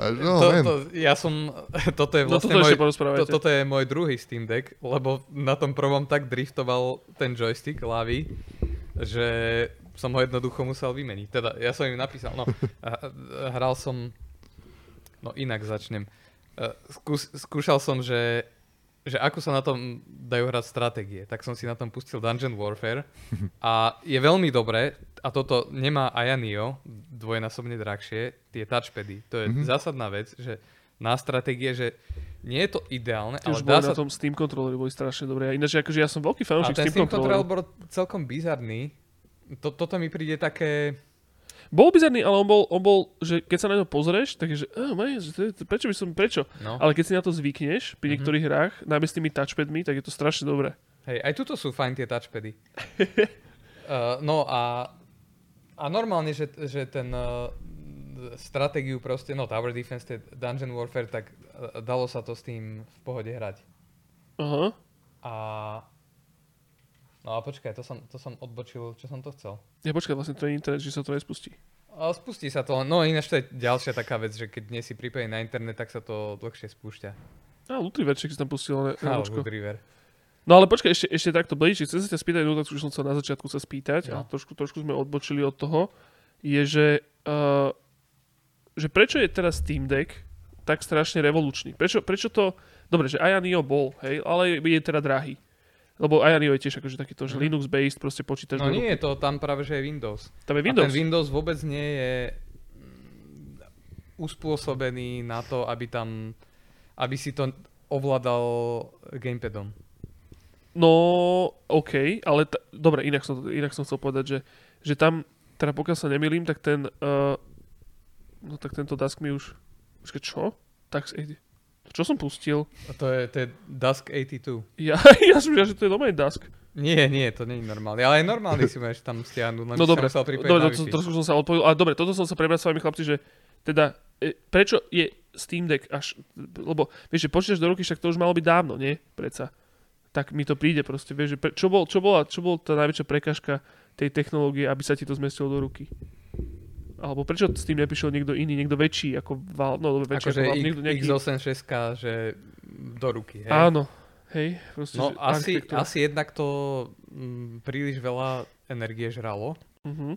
Toto je vlastne toto je môj druhý Steam Deck, lebo na tom prvom tak driftoval ten joystick ľavý, že som ho jednoducho musel vymeniť. Teda ja som im napísal, hral som, inak začnem. Skúšal som, že ako sa na tom dajú hrať stratégie, tak som si na tom pustil Dungeon Warfare a je veľmi dobré, a toto nemá Ayanio, dvojnásobne drahšie, tie touchpady. To je zásadná vec, že na stratégie, že nie je to ideálne, ale dá sa... na tom Steam controlleri boli strašne dobré. Ináč akože ja som veľký fanúšik Steam controller bol celkom bizarný. Toto mi príde také... Bol bizarný, ale on bol, že keď sa na ňo pozrieš, takže prečo? No. Ale keď si na to zvykneš pri niektorých hrách, najmä s tými touchpadmi, tak je to strašne dobré. Hej, aj tuto sú fajn tie touchpady. A normálne, že ten stratégiu proste, Tower Defense, Dungeon Warfare, tak dalo sa to s tým v pohode hrať. Aha. A počkaj, to som odbočil, čo som to chcel. Ja počkaj, vlastne to je internet, že sa to nespustí. Spustí sa to, ináč to je ďalšia taká vec, že keď nie si pripojený na internet, tak sa to dlhšie spúšťa. Lootriverček si tam pustil. Lootriver. No ale počkaj, ešte takto, Blíči, chcem sa ťa spýtať, tak už som sa na začiatku spýtať, a trošku sme odbočili od toho, je, že prečo je teraz Steam Deck tak strašne revolučný? Prečo to, dobre, že Ayanio bol, hej, ale je teda drahý. Lebo Ayanio je tiež akože takýto, že Linux-based, proste počítač. Nie je to, tam práve, že je Windows. Tam je Windows. A ten Windows vôbec nie je uspôsobený na to, aby si to ovládal gamepadom. No, OK, ale dobre, inak som chcel povedať, že tam, teda pokiaľ sa nemýlim, tak tak tento Dusk mi už... Počkaj, čo? Čo som pustil? To je Dusk 82. Ja som že to je normálne Dusk. Nie, to nie je normálne. Ale aj normálne si môžeš tam stiahnuť. No dobre, trošku som sa odpojil. Ale dobre, toto som sa prebrať s vami, chlapci, že teda, prečo je Steam Deck až... Lebo, vieš, že počítač do ruky, však to už malo byť dávno, nie? Predsa. Tak mi to príde proste, vieš, že čo bol tá najväčšia prekažka tej technológie, aby sa ti to zmestilo do ruky? Alebo prečo s tým neprišiel niekto iný, niekto väčší ako Valve, väčší ako Valve, niekto nejaký... X86, že do ruky, hej? Áno, hej. Proste, asi jednak to príliš veľa energie žralo. Uh-huh.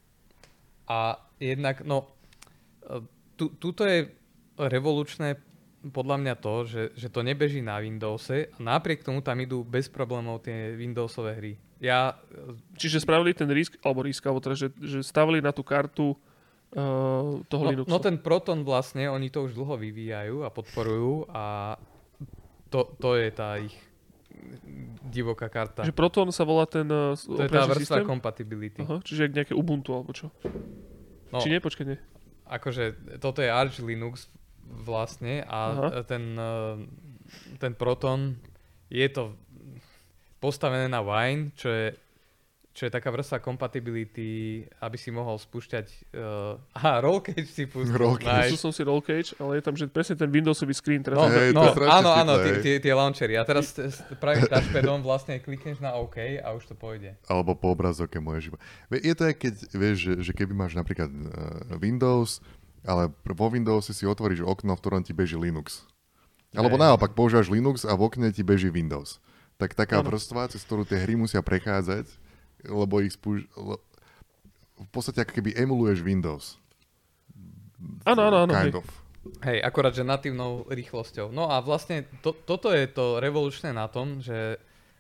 A jednak, tuto je revolučné podľa mňa to, že to nebeží na Windowse a napriek tomu tam idú bez problémov tie Windowsové hry. Čiže spravili ten risk, alebo teda, že stavili na tú kartu toho Linuxu. Ten Proton vlastne, oni to už dlho vyvíjajú a podporujú a to je tá ich divoká karta. Že Proton sa volá ten to je tá vrstva compatibility. Aha, čiže nejaké Ubuntu alebo čo? Či nie? Počkaj, nie. Akože toto je Arch Linux vlastne a ten Proton je to postavené na Wine, čo je taká vrstva compatibility, aby si mohol spúšťať... Roll Cage si pustil. Pustil som si Roll Cage, ale je tam, že presne ten Windowsový screen. Teraz áno, tie launchery. A teraz pravým touchpadom vlastne klikneš na OK a už to pôjde. Alebo po obrazovke môžeš... Je to aj keď, vieš, že keby máš napríklad Windows, ale vo Windowse si otvoríš okno, v ktorom ti beží Linux. Alebo naopak, používaš Linux a v okne ti beží Windows. Tak taká vrstva, cez ktorú tie hry musia prechádzať, lebo ich v podstate ako keby emuluješ Windows. Áno. Hej, akorát, že natívnou rýchlosťou. No a vlastne toto je to revolučné na tom, že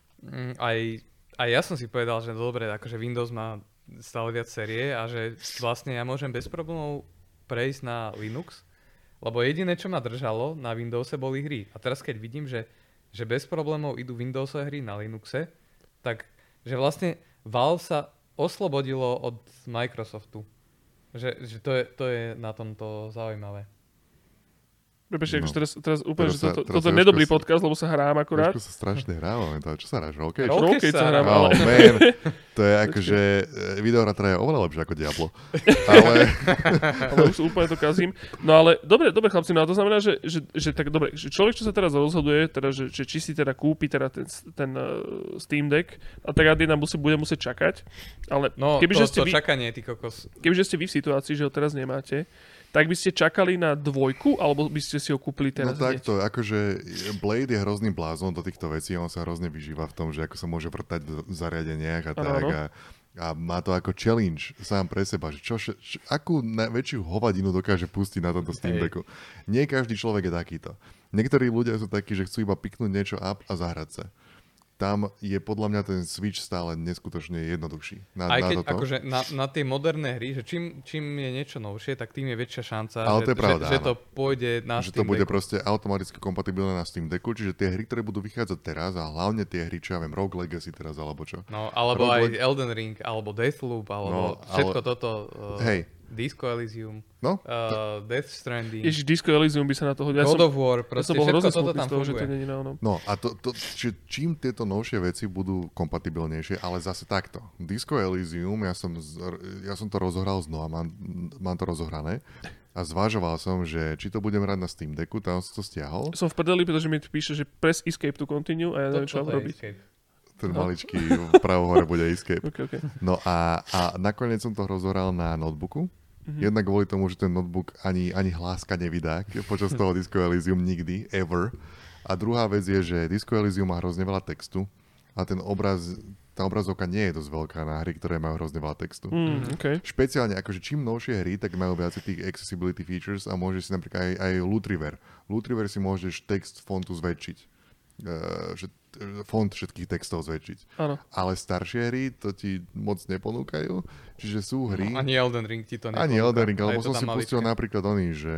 aj ja som si povedal, že dobre, akože Windows má stále viac série a že vlastne ja môžem bez problémov prejsť na Linux, lebo jediné, čo ma držalo na Windowse, boli hry. A teraz keď vidím, že bez problémov idú Windowsové hry na Linuxe, tak že vlastne Valve sa oslobodilo od Microsoftu. Že to je na tomto zaujímavé. Prepáčte, teraz úplne, že toto je nedobrý podcast, lebo sa hrám akurát. Trošku sa strašne hrávam. Čo sa hráš? Roll Cage? Roll Cage sa hrám. Oh man, to je akože videohra, ktorá je oveľa lepšia ako Diablo. Ale už úplne to kazím. No ale dobre chlapci, no a to znamená, že tak dobre, že človek, čo sa teraz rozhoduje, teda, že či si teda kúpi teda ten Steam Deck, a tak nám bude musieť čakať. Ale to čakanie, ty kokos. Kebyže ste vy v situácii, že ho teraz nemáte, tak by ste čakali na 2, alebo by ste si ho kúpili teraz? No takto, akože Blade je hrozný blázon do týchto vecí, on sa hrozne vyžíva v tom, že ako sa môže vrtať v zariadeniach a tak. A má to ako challenge sám pre seba, že akú najväčšiu hovadinu dokáže pustiť na tomto Steam Decku. Nie každý človek je takýto. Niektorí ľudia sú takí, že chcú iba piknúť niečo up a zahrať sa. Tam je podľa mňa ten Switch stále neskutočne jednoduchší. Aj keď akože na tie moderné hry, že čím je niečo novšie, tak tým je väčšia šanca, ale to je pravda, že to pôjde na že Steam to bude Decku. proste automaticky kompatibilné na Steam Decku, čiže tie hry, ktoré budú vychádzať teraz, a hlavne tie hry, čo ja viem, Rogue Legacy teraz, alebo čo. No, alebo aj Elden Ring, alebo Deathloop, alebo všetko toto. Hej. Disco Elysium, No? Death Stranding, Ježiš, Disco Elysium by sa na to hodil. God of War, proste bol všetko hrozne toto smutný tam z toho, že to funguje. nie je na onom. No a čím tieto novšie veci budú kompatibilnejšie, ale zase takto. Disco Elysium, ja som to rozohral znova, mám to rozohrané a zvažoval som, že či to budem hrať na Steam Decku, tam som to stiahol. Som v prdeli, pretože mi píše, že press escape to continue a ja neviem, čo mám robiť. Ten maličký vpravo hore bude escape. Okay. No a nakoniec som to rozohral na notebooku. Jednak kvôli tomu, že ten notebook ani hláska nevydá počas toho Disco Elysium nikdy, ever. A druhá vec je, že Disco Elysium má hrozne veľa textu a tá obrazovka nie je dosť veľká na hry, ktoré majú hrozne veľa textu. Okay. Špeciálne, akože čím novšie hry, tak majú viac tých accessibility features a môžeš si napríklad aj Lootriver. Lootriver si môžeš text fontu zväčšiť. Font všetkých textov zväčšiť. Áno. Ale staršie hry to ti moc neponúkajú, čiže sú hry... Ani Elden Ring ti to neponúka. Ani Elden Ring, alebo to som si maličké. pustil napríklad oný, že...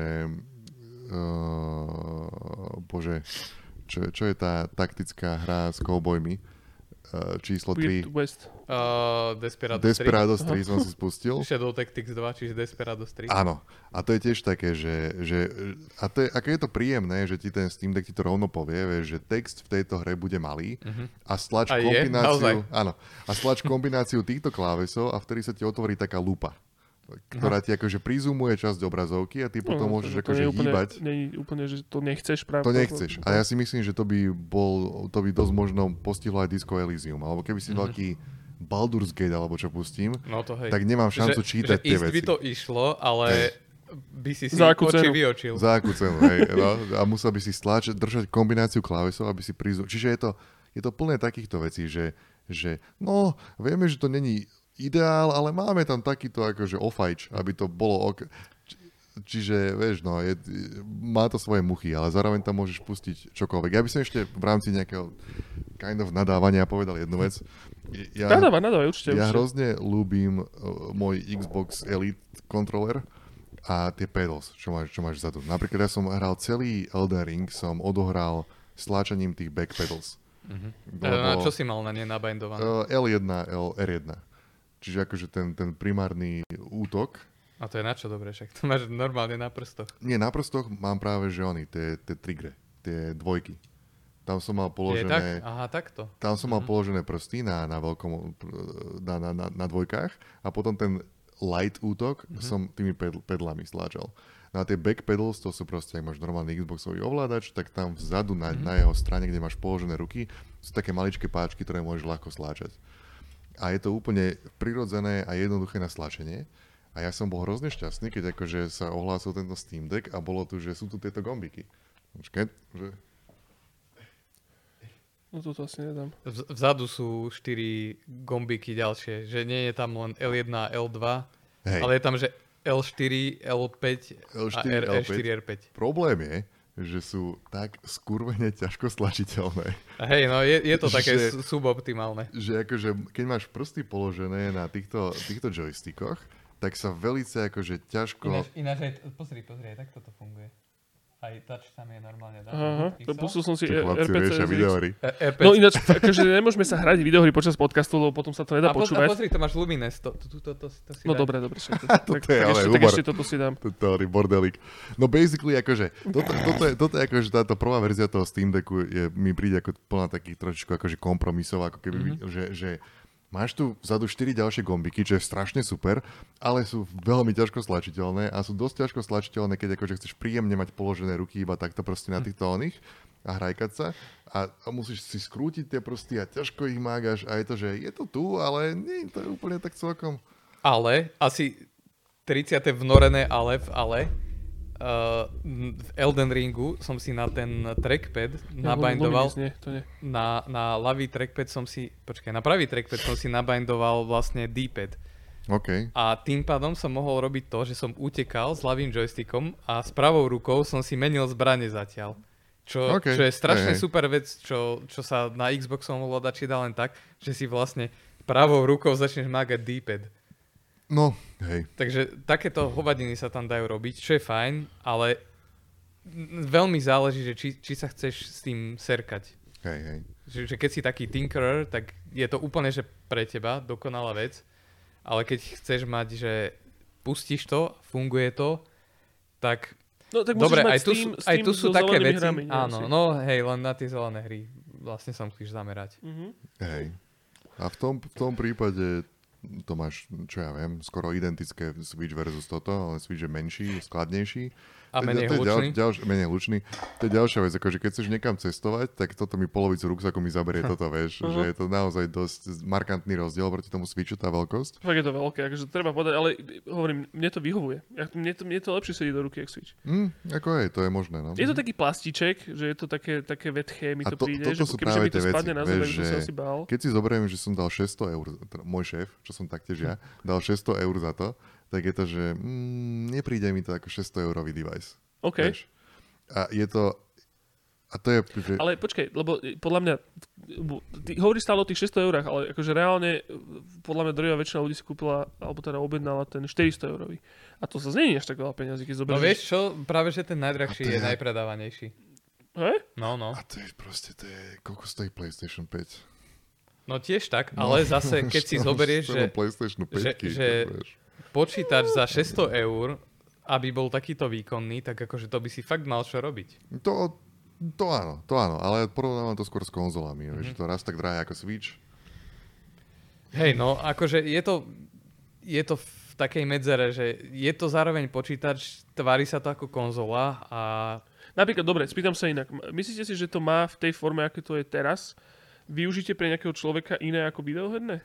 bože, čo je tá taktická hra s cowboymi? Číslo 3. West. Desperados 3 som si spustil. Shadow Tactics 2, čiže Desperados 3. Áno. A to je tiež také, že a to je, aké je to príjemné, že ti ten Steam Deck ti to rovno povie, vieš, že text v tejto hre bude malý a stlač A kombináciu, áno, a stlač kombináciu týchto klávesov a vtedy sa ti otvorí taká lupa, ktorá ti akože prizumuje časť obrazovky a ty potom môžeš akože hýbať. Nie je úplne, že to nechceš práve. To nechceš. A ja si myslím, že to by dosť možno postihlo aj Disco Elysium. Alebo keby si veľký Baldur's Gate, alebo čo pustím, No to hej. tak nemám šancu čítať tie veci. by to išlo, ale by si Za akú oči cenu? vyočil. Za akú cenu, hej. No, a musel by si držať kombináciu klávesov, aby si Čiže je to plné takýchto vecí, že no, vieme, že to není ideál, ale máme tam takýto akože ofajč, aby to bolo Čiže, vieš, no, má to svoje muchy, ale zároveň tam môžeš pustiť čokoľvek. Ja by som ešte v rámci nejakého kind of nadávania povedal jednu vec. Nadávaj, určite. Ja hrozne ľúbim môj Xbox Elite controller a tie pedals, čo máš vzadu. Napríklad ja som hral celý Elden Ring, som odohral stláčaním tých back pedals. Na čo si mal na ne nabindované? L1, R1. Čiže akože ten primárny útok. A to je na čo dobre, však to máš normálne na prstoch. Nie, na prstoch mám práve že tie trigre, tie dvojky. Tam som mal položené... Aha, takto. Tam som mal položené prsty na dvojkách a potom ten light útok som tými pedlami stláčal. No a tie back pedals, to sú proste, ak máš normálny Xboxový ovládač, tak tam vzadu na jeho strane, kde máš položené ruky, sú také maličké páčky, ktoré môžeš ľahko stláčať. A je to úplne prirodzené a jednoduché na stlačenie. A ja som bol hrozne šťastný, keď akože sa ohlásil tento Steam Deck a bolo tu, že sú tu tieto gombiky. Počkaj, že... No toto asi nedám. Vzadu sú 4 gombiky ďalšie, že nie je tam len L1 a L2, Hej. ale je tam, že L4, L5 L4, a L5. R4, R5. Problém je, že sú tak skurvene ťažko stlačiteľné. A hej, no je to také Že- suboptimálne. Že akože, keď máš prsty položené na týchto joystickoch, tak sa velice akože ťažko... Ináč aj, pozri, aj takto to funguje. Aj touch tam je normálne. Aha, pustil som si Čo chlapci RPC. riešia videohry. R5. No ináč, akože nemôžeme sa hrať videohry počas podcastu, lebo potom sa to nedá a počúvať. pozri, to máš Lumines, to si No daj. dobre. Však Toto je ale tak humor. ešte toto si dám. Totálny bordelík. No basically akože, toto je akože táto prvá verzia toho Steam Decku mi príde ako plná takých trošičku akože kompromisov, ako keby, že máš tu vzadu 4 ďalšie gombiky, čo je strašne super, ale sú veľmi ťažko stlačiteľné a sú dosť ťažko stlačiteľné, keď akože chceš príjemne mať položené ruky iba takto proste na týchto oných a hrajkať sa a musíš si skrútiť tie prsty a ťažko ich mágaš a je to, že je to tu, ale nie je to úplne tak celkom. Ale, asi 30. vnorené ale v ale, v Elden Ringu som si na ten trackpad nabindoval. Na ľavý trackpad na pravý trackpad som si nabindoval vlastne D-pad. OK. A tým pádom som mohol robiť to, že som utekal s ľavým joystickom a s pravou rukou som si menil zbrane zatiaľ. Čo je strašne super vec, čo sa na Xboxom mohlo dať či dá len tak, že si vlastne pravou rukou začneš mágať D-pad. No, hej. Takže takéto hovadiny sa tam dajú robiť, čo je fajn, ale veľmi záleží, že či sa chceš s tým serkať. Hej. Že keď si taký tinkerer, tak je to úplne že pre teba dokonalá vec, ale keď chceš mať, že pustíš to, funguje to, tak... No tak dobre, aj tu sú také veci. Hrami, áno, no hej, len na tie zelené hry vlastne sa musíš zamerať. Hej. A v tom prípade to máš, čo ja viem, skoro identické Switch versus toto, ale Switch je menší, skladnejší. A menej hlučný. Menej hlučný. To je ďalšia vec, akože keď chceš niekam cestovať, tak toto mi polovicu ruksaku mi zaberie toto, vieš, že je to naozaj dosť markantný rozdiel proti tomu Switchu, tá veľkosť. Fakt je to veľké, akože treba povedať, ale hovorím, mne to vyhovuje. Mne to lepšie sedí do ruky, jak Switch. Ako je, to je možné, no. Je to taký plastiček, že je to také vetché, mi to príde, že sú kebyže mi to veci, spadne na zem, vieš, že som si bál. keď si zoberiem, že som dal 600 eur, môj šéf, čo som taktiež ja, dal 600 eur za to, tak je to, že nepríde mi to ako 600 eurový device. OK. Vieš? A je to... A to je... Že... Ale počkaj, lebo podľa mňa... Ty hovoríš stále o tých 600 eurách, ale akože reálne podľa mňa drvivá väčšina ľudí si kúpila, alebo teda objednala ten 400 eurový. A to sa nie je až tak veľa peniazí, keď zoberieš... No vieš čo? Práve, že ten najdrahší je najpredávanejší. Hej? No. A to je proste... Koľko stojí PlayStation 5? No tiež tak, ale zase, keď si zoberieš, že počítač za 600 eur, aby bol takýto výkonný, tak akože to by si fakt mal čo robiť. To áno, ale porovnávam to skôr s konzolami, že to raz tak drahé ako Switch. Hej, no, akože je to v takej medzere, že je to zároveň počítač, tvári sa to ako konzola a... Napríklad, dobre, spýtam sa inak. Myslíte si, že to má v tej forme, aké to je teraz, využite pre nejakého človeka iné ako videoherné?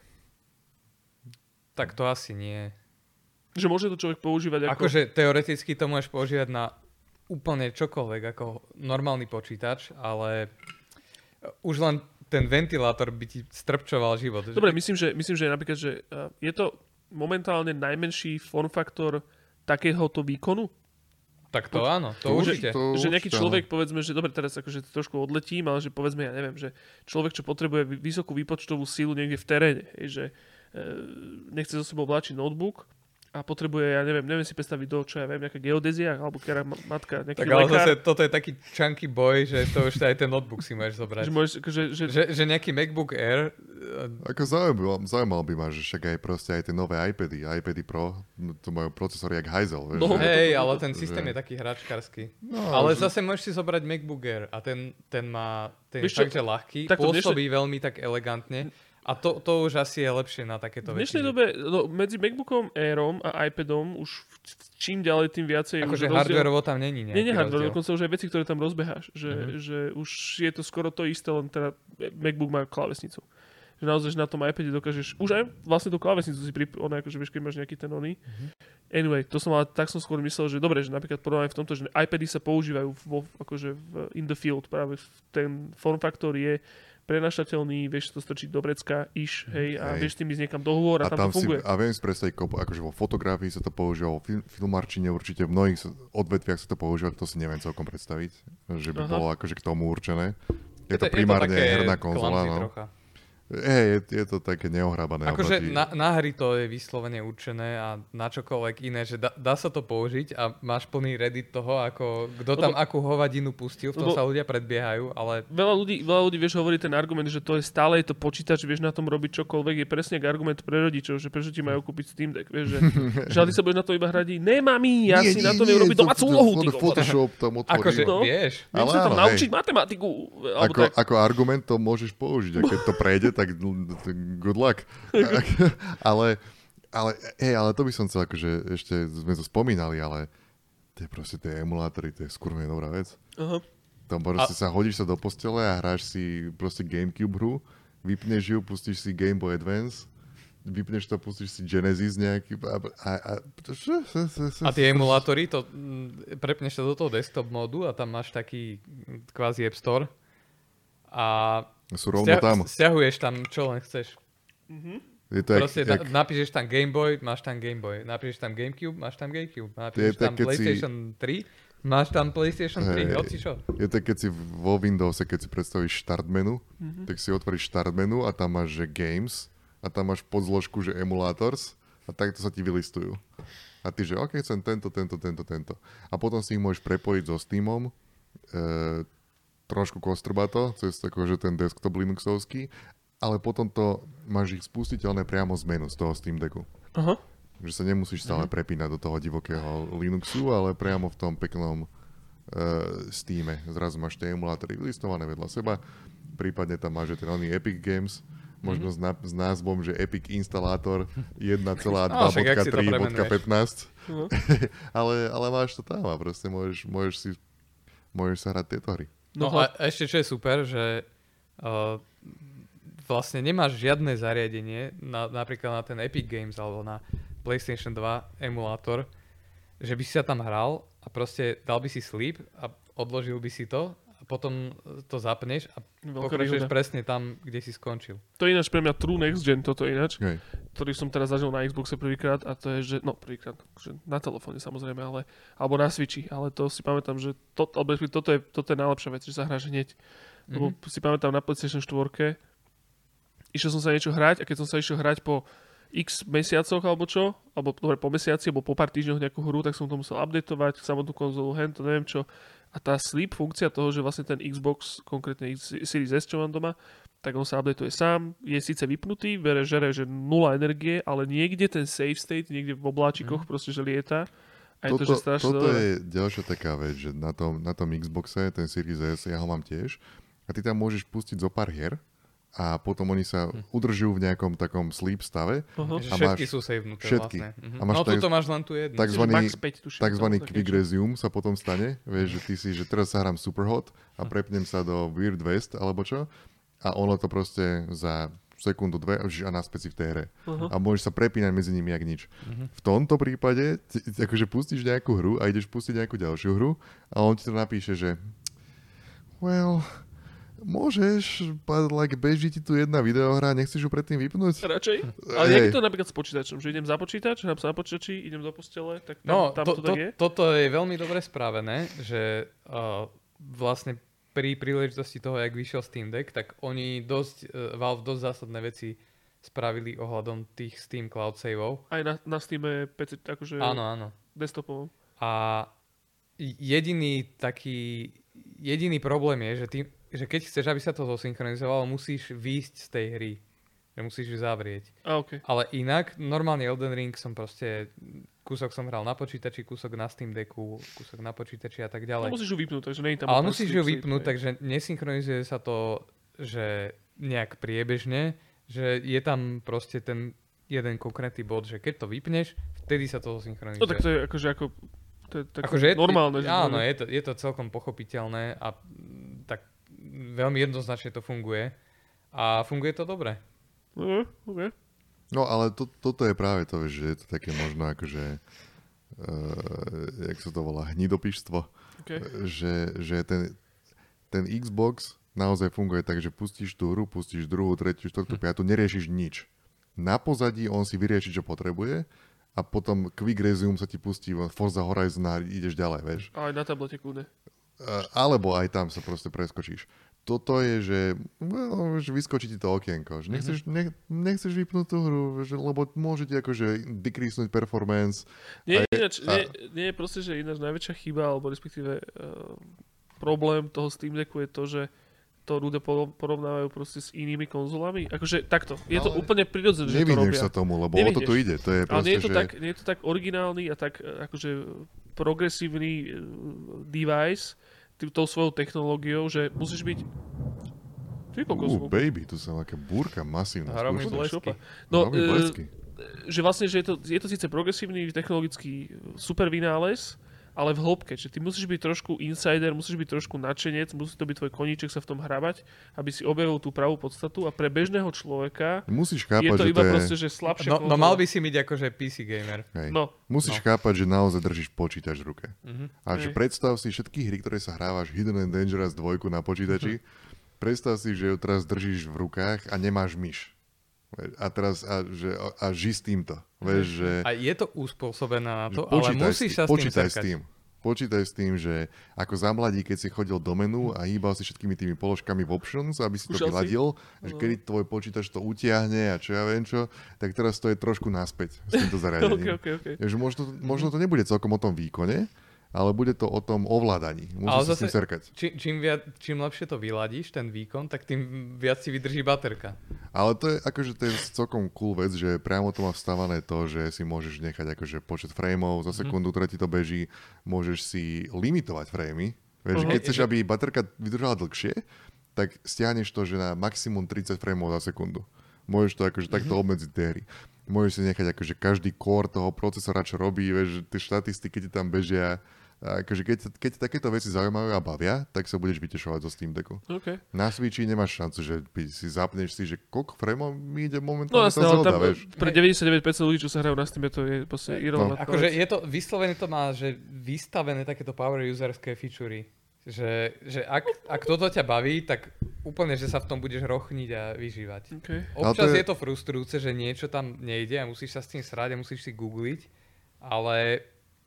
Tak to asi nie. Že môže to človek používať ako... Akože teoreticky to môžeš používať na úplne čokoľvek, ako normálny počítač, ale už len ten ventilátor by ti strpčoval život. Dobre, myslím, že napríklad, že je to momentálne najmenší form faktor takéhoto výkonu? Tak to áno, to určite. Že nejaký človek, povedzme, že dobre, teraz akože trošku odletím, ale že povedzme, ja neviem, že človek, čo potrebuje vysokú výpočtovú sílu niekde v teréne, že nechce so sebou vláčiť notebook, a potrebuje, ja neviem si predstaviť čo ja viem, nejaká geodézia, alebo ktorá matka, nejaký tak, ale lekár. Zase toto je taký chunky boy, že to už aj ten notebook si môžeš zobrať. Že nejaký MacBook Air... Ako zaujímal by ma, že však aj proste aj tie nové iPady Pro, to majú procesory jak hajzel. No hej, ale ten systém je taký hračkarský. No, ale zase môžeš si zobrať MacBook Air a ten je fakt, že ľahký, pôsobí veľmi tak elegantne. A to už asi je lepšie na takéto veci. V dnešnej dobe medzi MacBookom Airom a iPadom už čím ďalej, tým viacej... Akože hardwareovo tam není nejaký rozdiel. Nie hardware, rozdiel. Dokonca už aj veci, ktoré tam rozbeháš. Že už je to skoro to isté, len teda MacBook má klávesnicu. Že naozaj, že na tom iPade dokážeš... Už aj vlastne tú klávesnicu si akože vieš, keď máš nejaký ten oný. Anyway, tak som skôr myslel, že dobre, že napríklad porovnáme v tomto, že iPady sa používajú in the field. Práve ten form factor je prenašateľný, vieš to strčiť do vrecka, hej, a vieš tým ísť niekam do hôr a tam to funguje. A viem si predstaviť, akože vo fotografii sa to používa, vo filmarčine určite, v mnohých odvetviach sa to používa, to si neviem celkom predstaviť, že by bolo akože k tomu určené. Je to primárne herná konzola, no. Je to také neohrábané. Akože na hry to je vyslovene určené a na čokoľvek iné, že dá sa to použiť a máš plný Reddit toho, ako kto tam akú hovadinu pustil, v tom sa ľudia predbiehajú, ale... Veľa ľudí vieš, hovorí ten argument, že to je stále to počítač, vieš na tom robiť čokoľvek, je presne argument pre rodičov, že prečo ti majú kúpiť Steam Deck, vieš, že ty sa budeš na to iba hrať, mami, ja si na to viem robiť domácu úlohu, ty Photoshop tam otvorí. Akože vieš. Viem sa tam naučiť matematiku. Ako argument to môžeš použiť, a keď to prejde, tak good luck. ale to by som chcel, akože ešte sme to spomínali, ale tie emulátory, to je skurvené dobrá vec. Tam proste hodíš sa do postele a hráš si proste GameCube hru, vypneš ju, pustíš si Game Boy Advance, vypneš to, pustíš si Genesis nejaký A tie emulátory, to prepneš sa do toho desktop módu a tam máš taký kvázi App Store a sú rovno tam. stiahuješ tam, čo len chceš. Je to Proste napíšeš tam Game Boy, máš tam Game Boy. Napíšeš tam GameCube, máš tam GameCube. Napíšeš tam PlayStation 3, máš tam PlayStation 3, hoci čo. Je to, keď si vo Windowse, keď si predstavíš Start menu, tak si otvoríš Start menu a tam máš, že Games a tam máš podzložku, že Emulators a takto sa ti vylistujú. A ty, že OK, chcem tento. A potom si ich môžeš prepojiť so Steamom, trošku kostrbato, cez že ten desktop Linuxovský, ale potom to máš ich spustiteľné priamo z menu, z toho Steam Decku. Aha. Že sa nemusíš stále prepínať do toho divokého Linuxu, ale priamo v tom peknom Steame. Zrazu máš tie emulátory vylistované vedľa seba, prípadne tam máš ten oný Epic Games, možno s názvom, že Epic Instalátor 1.2.3.15. ale máš to tam a proste môžeš sa hrať tieto hry. No a ešte čo je super, že vlastne nemáš žiadne zariadenie, napríklad na ten Epic Games alebo na PlayStation 2 emulátor, že by si sa tam hral a proste dal by si sleep a odložil by si to a potom to zapneš a pokračuješ presne tam, kde si skončil. To je ináč pre mňa true next gen, toto ináč, Hej. ktorý som teraz zažil na Xboxe prvýkrát a to je, že, prvýkrát, že na telefóne samozrejme, alebo na Switchi, ale to si pamätám, že toto je najlepšia vec, že sa hráš hneď. Lebo si pamätám na PlayStation 4, išiel som sa niečo hrať a keď som sa išiel hrať po x mesiacoch alebo čo, alebo po mesiaci, alebo po pár týždňoch nejakú hru, tak som to musel updateovať, samotnú konzolu, to neviem čo. A tá sleep funkcia toho, že vlastne ten Xbox, konkrétne Series S, čo mám doma, tak on sa updateuje sám, je síce vypnutý, žere, že 0 energie, ale niekde ten save state, niekde v obláčikoch proste, že lieta. A je to, že strašne toto je ďalšia taká vec, že na tom Xboxe, ten Series S, ja ho mám tiež, a ty tam môžeš pustiť zo pár hier, a potom oni sa udržujú v nejakom takom sleep stave. Všetky sú savenuté vlastne. A máš toto máš len tu jednu. Takzvaný quick resume sa potom stane. Vieš, že ty si, že teraz sa hrám Superhot a prepnem sa do Weird West alebo čo. A ono to proste za sekundu, dve a naspäť si v tej hre. A môžeš sa prepínať medzi nimi jak nič. V tomto prípade akože pustíš nejakú hru a ideš pustiť nejakú ďalšiu hru a on ti to napíše, že môžeš, beží ti tu jedna videohra, nechceš ju predtým vypnúť? Radšej. Ale jak je to napríklad s počítačom? Že idem za počítač, hrám sa na počítači, idem do postele, tak tam to tak je? Toto je veľmi dobre spravené, že vlastne pri príležitosti toho, jak vyšiel Steam Deck, tak oni Valve dosť zásadné veci spravili ohľadom tých Steam Cloud saveov. Aj na Steame PC, akože áno. desktopovom. A jediný problém je, že keď chceš, aby sa to zosynchronizovalo, musíš výjsť z tej hry. Že musíš ju zavrieť. Okay. Ale inak, normálne Elden Ring som proste... Kúsok som hral na počítači, kúsok na Steam Decku, kúsok na počítači a tak ďalej. No musíš ju vypnúť, takže nie je tam... Ale musíš ju vypnúť, takže nesynchronizuje sa to, že nejak priebežne, že je tam proste ten jeden konkrétny bod, že keď to vypneš, vtedy sa to zosynchronizuje. No tak to je to je normálne. Áno, je to celkom pochopiteľné a tak veľmi jednoznačne to funguje a funguje to dobre. Okay. No ale toto je práve to, že je to také možno akože jak sa to volá, hnidopíštvo. Okay. Že ten Xbox naozaj funguje tak, že pustíš tú hru, pustíš druhú, tretiu, štvrtú, piatu, neriešiš nič. Na pozadí on si vyrieši, čo potrebuje a potom quick resume sa ti pustí Forza Horizon a ideš ďalej, vieš. Aj na tablete kľudne. Alebo aj tam sa proste preskočíš. Toto je, že vyskočí ti to okienko. Že nechceš vypnúť tú hru, lebo môže ti akože decreasenúť performance. Nie je proste, že ináč najväčšia chyba, alebo respektíve problém toho Steam Decku je to, že to ľudia porovnávajú proste s inými konzolami. Akože takto. Je to úplne prirodzené, že to robia. Nevyhneš sa tomu, lebo o to tu ide. To je proste, ale nie je to tak originálny a tak akože progresívny device tou svojou technológiou, že musíš byť... Baby, tu sa aká búrka masívna. Hromý blesky. No, že vlastne, že je to síce progresívny technologický super vynález, ale v hĺbke. Čiže ty musíš byť trošku insider, musíš byť trošku nadšenec, musí to byť tvoj koníček sa v tom hrabať, aby si objavil tú pravú podstatu a pre bežného človeka Musíš je chápať, to že iba to je... proste, že slabšia No konzola. mal by si byť akože PC gamer. Hej. No. Musíš chápať, že naozaj držíš počítač v ruke. A že Hej. predstav si všetky hry, ktoré sa hrávaš Hidden and Dangerous 2 na počítači, predstav si, že ju teraz držíš v rukách a nemáš myš. A teraz a ži s týmto. Vieš, že... A je to uspôsobené na to, že ale musíš sa s tým počítaj srkať. Počítaj s tým, že ako za mladí, keď si chodil do menu a hýbal si všetkými tými položkami v options, aby si to Skúšal si? vyladil, že kedy tvoj počítač to utiahne a čo ja viem čo, tak teraz to je trošku naspäť s týmto zariadením. Okay. Že možno to nebude celkom o tom výkone, ale bude to o tom ovládaní. Ale Musíš sa s tým zase- serkať. Čím lepšie to vyladíš, ten výkon, tak tým viac si vydrží baterka. Ale to je akože to je celkom cool vec, že priamo to má vstavané to, že si môžeš nechať akože počet frameov za sekundu, ktoré ti to beží, môžeš si limitovať framey. Vieš, že keď chceš, aby baterka vydržala dlhšie, tak stiahneš to, že na maximum 30 frameov za sekundu. Môžeš to akože takto obmedziť tie hry. Môžeš si nechať akože každý core toho procesora, čo robí, vieš, že tie štatistiky ti tam bežia. A akože keď takéto veci zaujímavé a bavia, tak sa budeš vytešovať zo Steam Decku. Okay. Na Switchi nemáš šancu, že si zapneš si, že koľko frameov mi ide No momentálne jasne, tá ale Zelda, tam vieš. pre 99% ľudí, čo sa hrajú na Steam, to je proste irrelevantná Akože vec. je to vyslovene to má, že vystavené takéto power userské featurey. Že ak toto ťa baví, tak úplne, že sa v tom budeš rochniť a vyžívať. Okay. Občas Ale to je- je to frustrujúce, že niečo tam nejde a musíš sa s tým srať a musíš si googliť, ale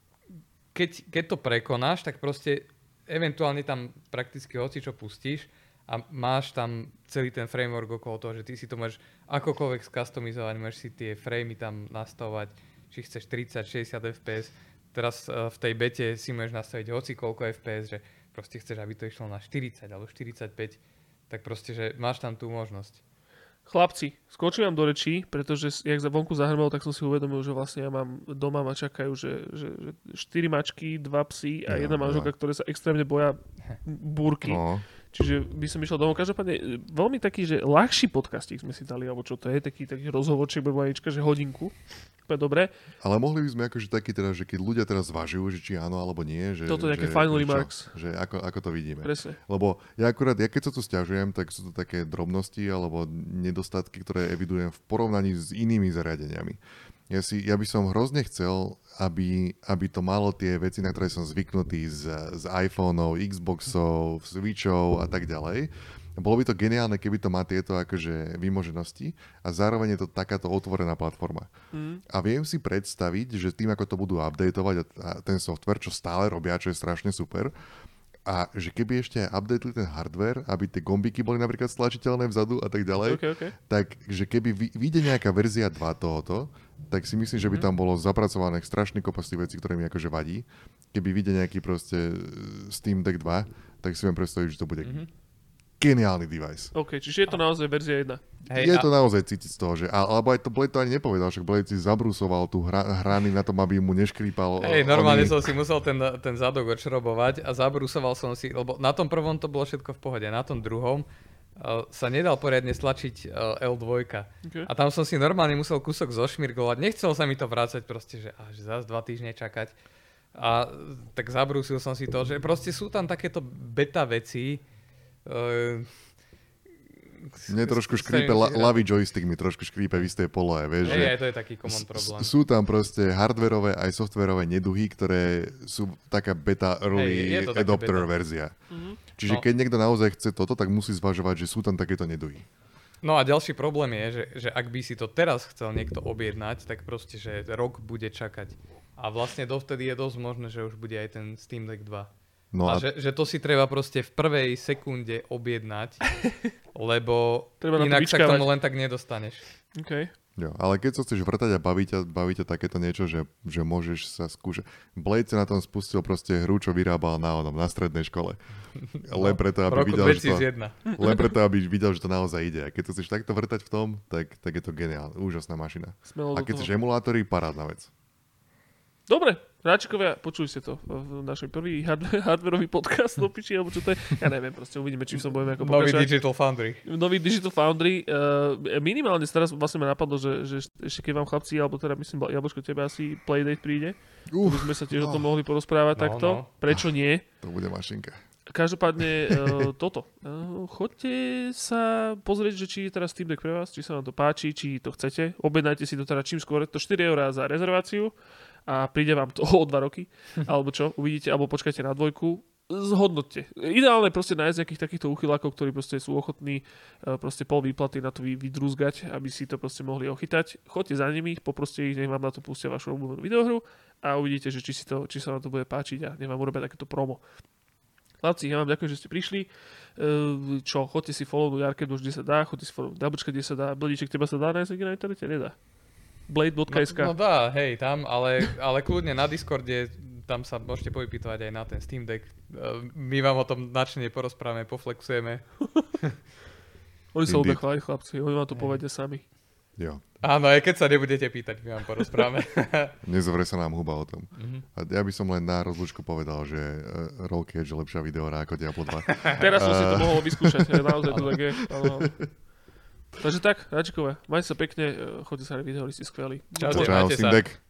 keď to prekonáš, tak proste eventuálne tam prakticky hocičo pustíš a máš tam celý ten framework okolo toho, že ty si to môžeš akokoľvek skustomizovať, môžeš si tie framey tam nastavovať, či chceš 30, 60 fps. Teraz v tej bete si môžeš nastaviť hoci koľko fps, že proste chceš, aby to išlo na 40 alebo 45, tak proste, že máš tam tú možnosť. Chlapci, skočím vám do rečí, pretože jak za vonku zahrmel, tak som si uvedomil, že vlastne ja mám doma ma čakajú, že 4 mačky, 2 psy a Jo, jedna manželka, ktoré sa extrémne boja búrky. No. Čiže by som išiel domov. Každopádne veľmi taký, že ľahší podcastík sme si dali, alebo čo to je, taký rozhovorček bebanička, že hodinku. Úplne dobre. Ale mohli by sme akože taký teda, že keď ľudia teraz zvažujú, že či áno alebo nie, že... Toto nejaké že, final že čo? remarks. Že ako to vidíme. Presne. Lebo ja keď sa tu sťažujem, tak sú to také drobnosti alebo nedostatky, ktoré evidujem v porovnaní s inými zariadeniami. Ja by som hrozne chcel, aby to malo tie veci, na ktoré som zvyknutý z iPhoneov, Xboxov, Switchov a tak ďalej. Bolo by to geniálne, keby to má tieto akože výmoženosti a zároveň je to takáto otvorená platforma. A viem si predstaviť, že tým, ako to budú updateovať a ten software, čo stále robia, čo je strašne super, a že keby ešte aj updateli ten hardware, aby tie gombiky boli napríklad stlačiteľné vzadu a tak ďalej, Okay. tak že keby vyjde nejaká verzia 2 tohoto, tak si myslím, že by tam bolo zapracované strašný kopas tých vecí, ktoré mi akože vadí. Keby vyjde nejaký proste Steam Deck 2, tak si viem predstaviť, že to bude geniálny device. OK, čiže je to naozaj verzia 1. Je to naozaj cítiť z toho, že... Alebo aj to Blade to ani nepovedal, však Blade si zabrúsoval tú hrany na tom, aby mu neškrípal... Normálne som si musel ten zadok odšrobovať a zabrúsoval som si, lebo na tom prvom to bolo všetko v pohode, na tom druhom sa nedal poriadne stlačiť L2. Okay. A tam som si normálne musel kúsok zošmirgovať. Nechcel sa mi to vrácať proste, že zás 2 týždne čakať. A tak zabrúsil som si to, že proste sú tam takéto beta veci. Mne trošku škrípe, ľavý joystick mi trošku škrípe v istej polohe, vieš, že To je taký common problém. sú tam proste hardwareové aj softwareové neduhy, ktoré sú taká beta early je to také adopter beta. verzia. Čiže keď niekto naozaj chce toto, tak musí zvažovať, že sú tam takéto neduhy. No a ďalší problém je, že ak by si to teraz chcel niekto objednať, tak proste, že rok bude čakať. A vlastne dovtedy je dosť možné, že už bude aj ten Steam Deck 2. No A že to si treba proste v prvej sekunde objednať, lebo Treba na to inak sa k vyčkávať. tomu len tak nedostaneš. OK. Jo, ale keď sa chceš vrtať a baví ťa takéto niečo, že môžeš sa skúšať. Blade sa na tom spustil proste hru, čo vyrábal na strednej škole. Len preto, V aby roku videl, že to, 2001. len preto, aby videl, že to naozaj ide. A keď sa chceš takto vrtať v tom, tak je to geniálne, úžasná mašina. Smelo A do keď toho. chceš emulátory, parádna vec. Dobre, Ráčikovia, počuli ste to v našej prvý hardwareový podcast do piči, alebo čo to je? Ja neviem, proste uvidíme, čím som budeme ako Nový pokračovať. Digital Foundry. Nový Digital Foundry. Minimálne teraz vlastne ma napadlo, že ešte keď vám chlapci, alebo teda myslím, Jablčko, tebe asi Playdate príde. By sme sa tiež o tom mohli porozprávať takto. Prečo nie? To bude mašinka. Každopádne toto. Choďte sa pozrieť, že či je teraz Steam Deck pre vás, či sa vám to páči, či to chcete. Objednajte si to teda čím skôr. To 4 € za rezerváciu a príde vám to o 2 roky. Alebo čo, uvidíte, alebo počkajte na dvojku. Zhodnoťte. Ideálne proste nájsť nejakých takýchto uchylákov, ktorí proste sú ochotní proste pol výplaty na to vydrúzgať, aby si to proste mohli ochytať. Choďte za nimi, poproste ich, nech vám na to pustia vašu obľúbenú videohru a uvidíte, že či sa vám to bude páčiť a nech vám urobia takéto promo. Chlapci, ja vám ďakujem, že ste prišli. Choďte si follownúť Arcade už, kde sa dá, choďte si follownúť Dablčka, kde sa dá. Blíček, teba sa dá nájsť na internete? Nedá. Blade.sk. No dá, hej, tam, ale kľudne na Discorde, tam sa môžete povypýtovať aj na ten Steam Deck. My vám o tom načne porozprávame, poflexujeme. Oni sa ľúbia chváliť, chlapci, oni vám to povedia sami. Jo. Áno, aj keď sa nebudete pýtať, my vám porozprávame. Nezovre sa nám huba o tom. A ja by som len na rozlúčku povedal, že Roll Cage je lepšia videohra ako Diablo 2. Teraz som si to mohol vyskúšať, naozaj to tak je. Takže tak, Ráčikové, majte sa pekne, choďte sa na videohry, ste skvelí. Čaute, Čau, majte Steam sa. Deck.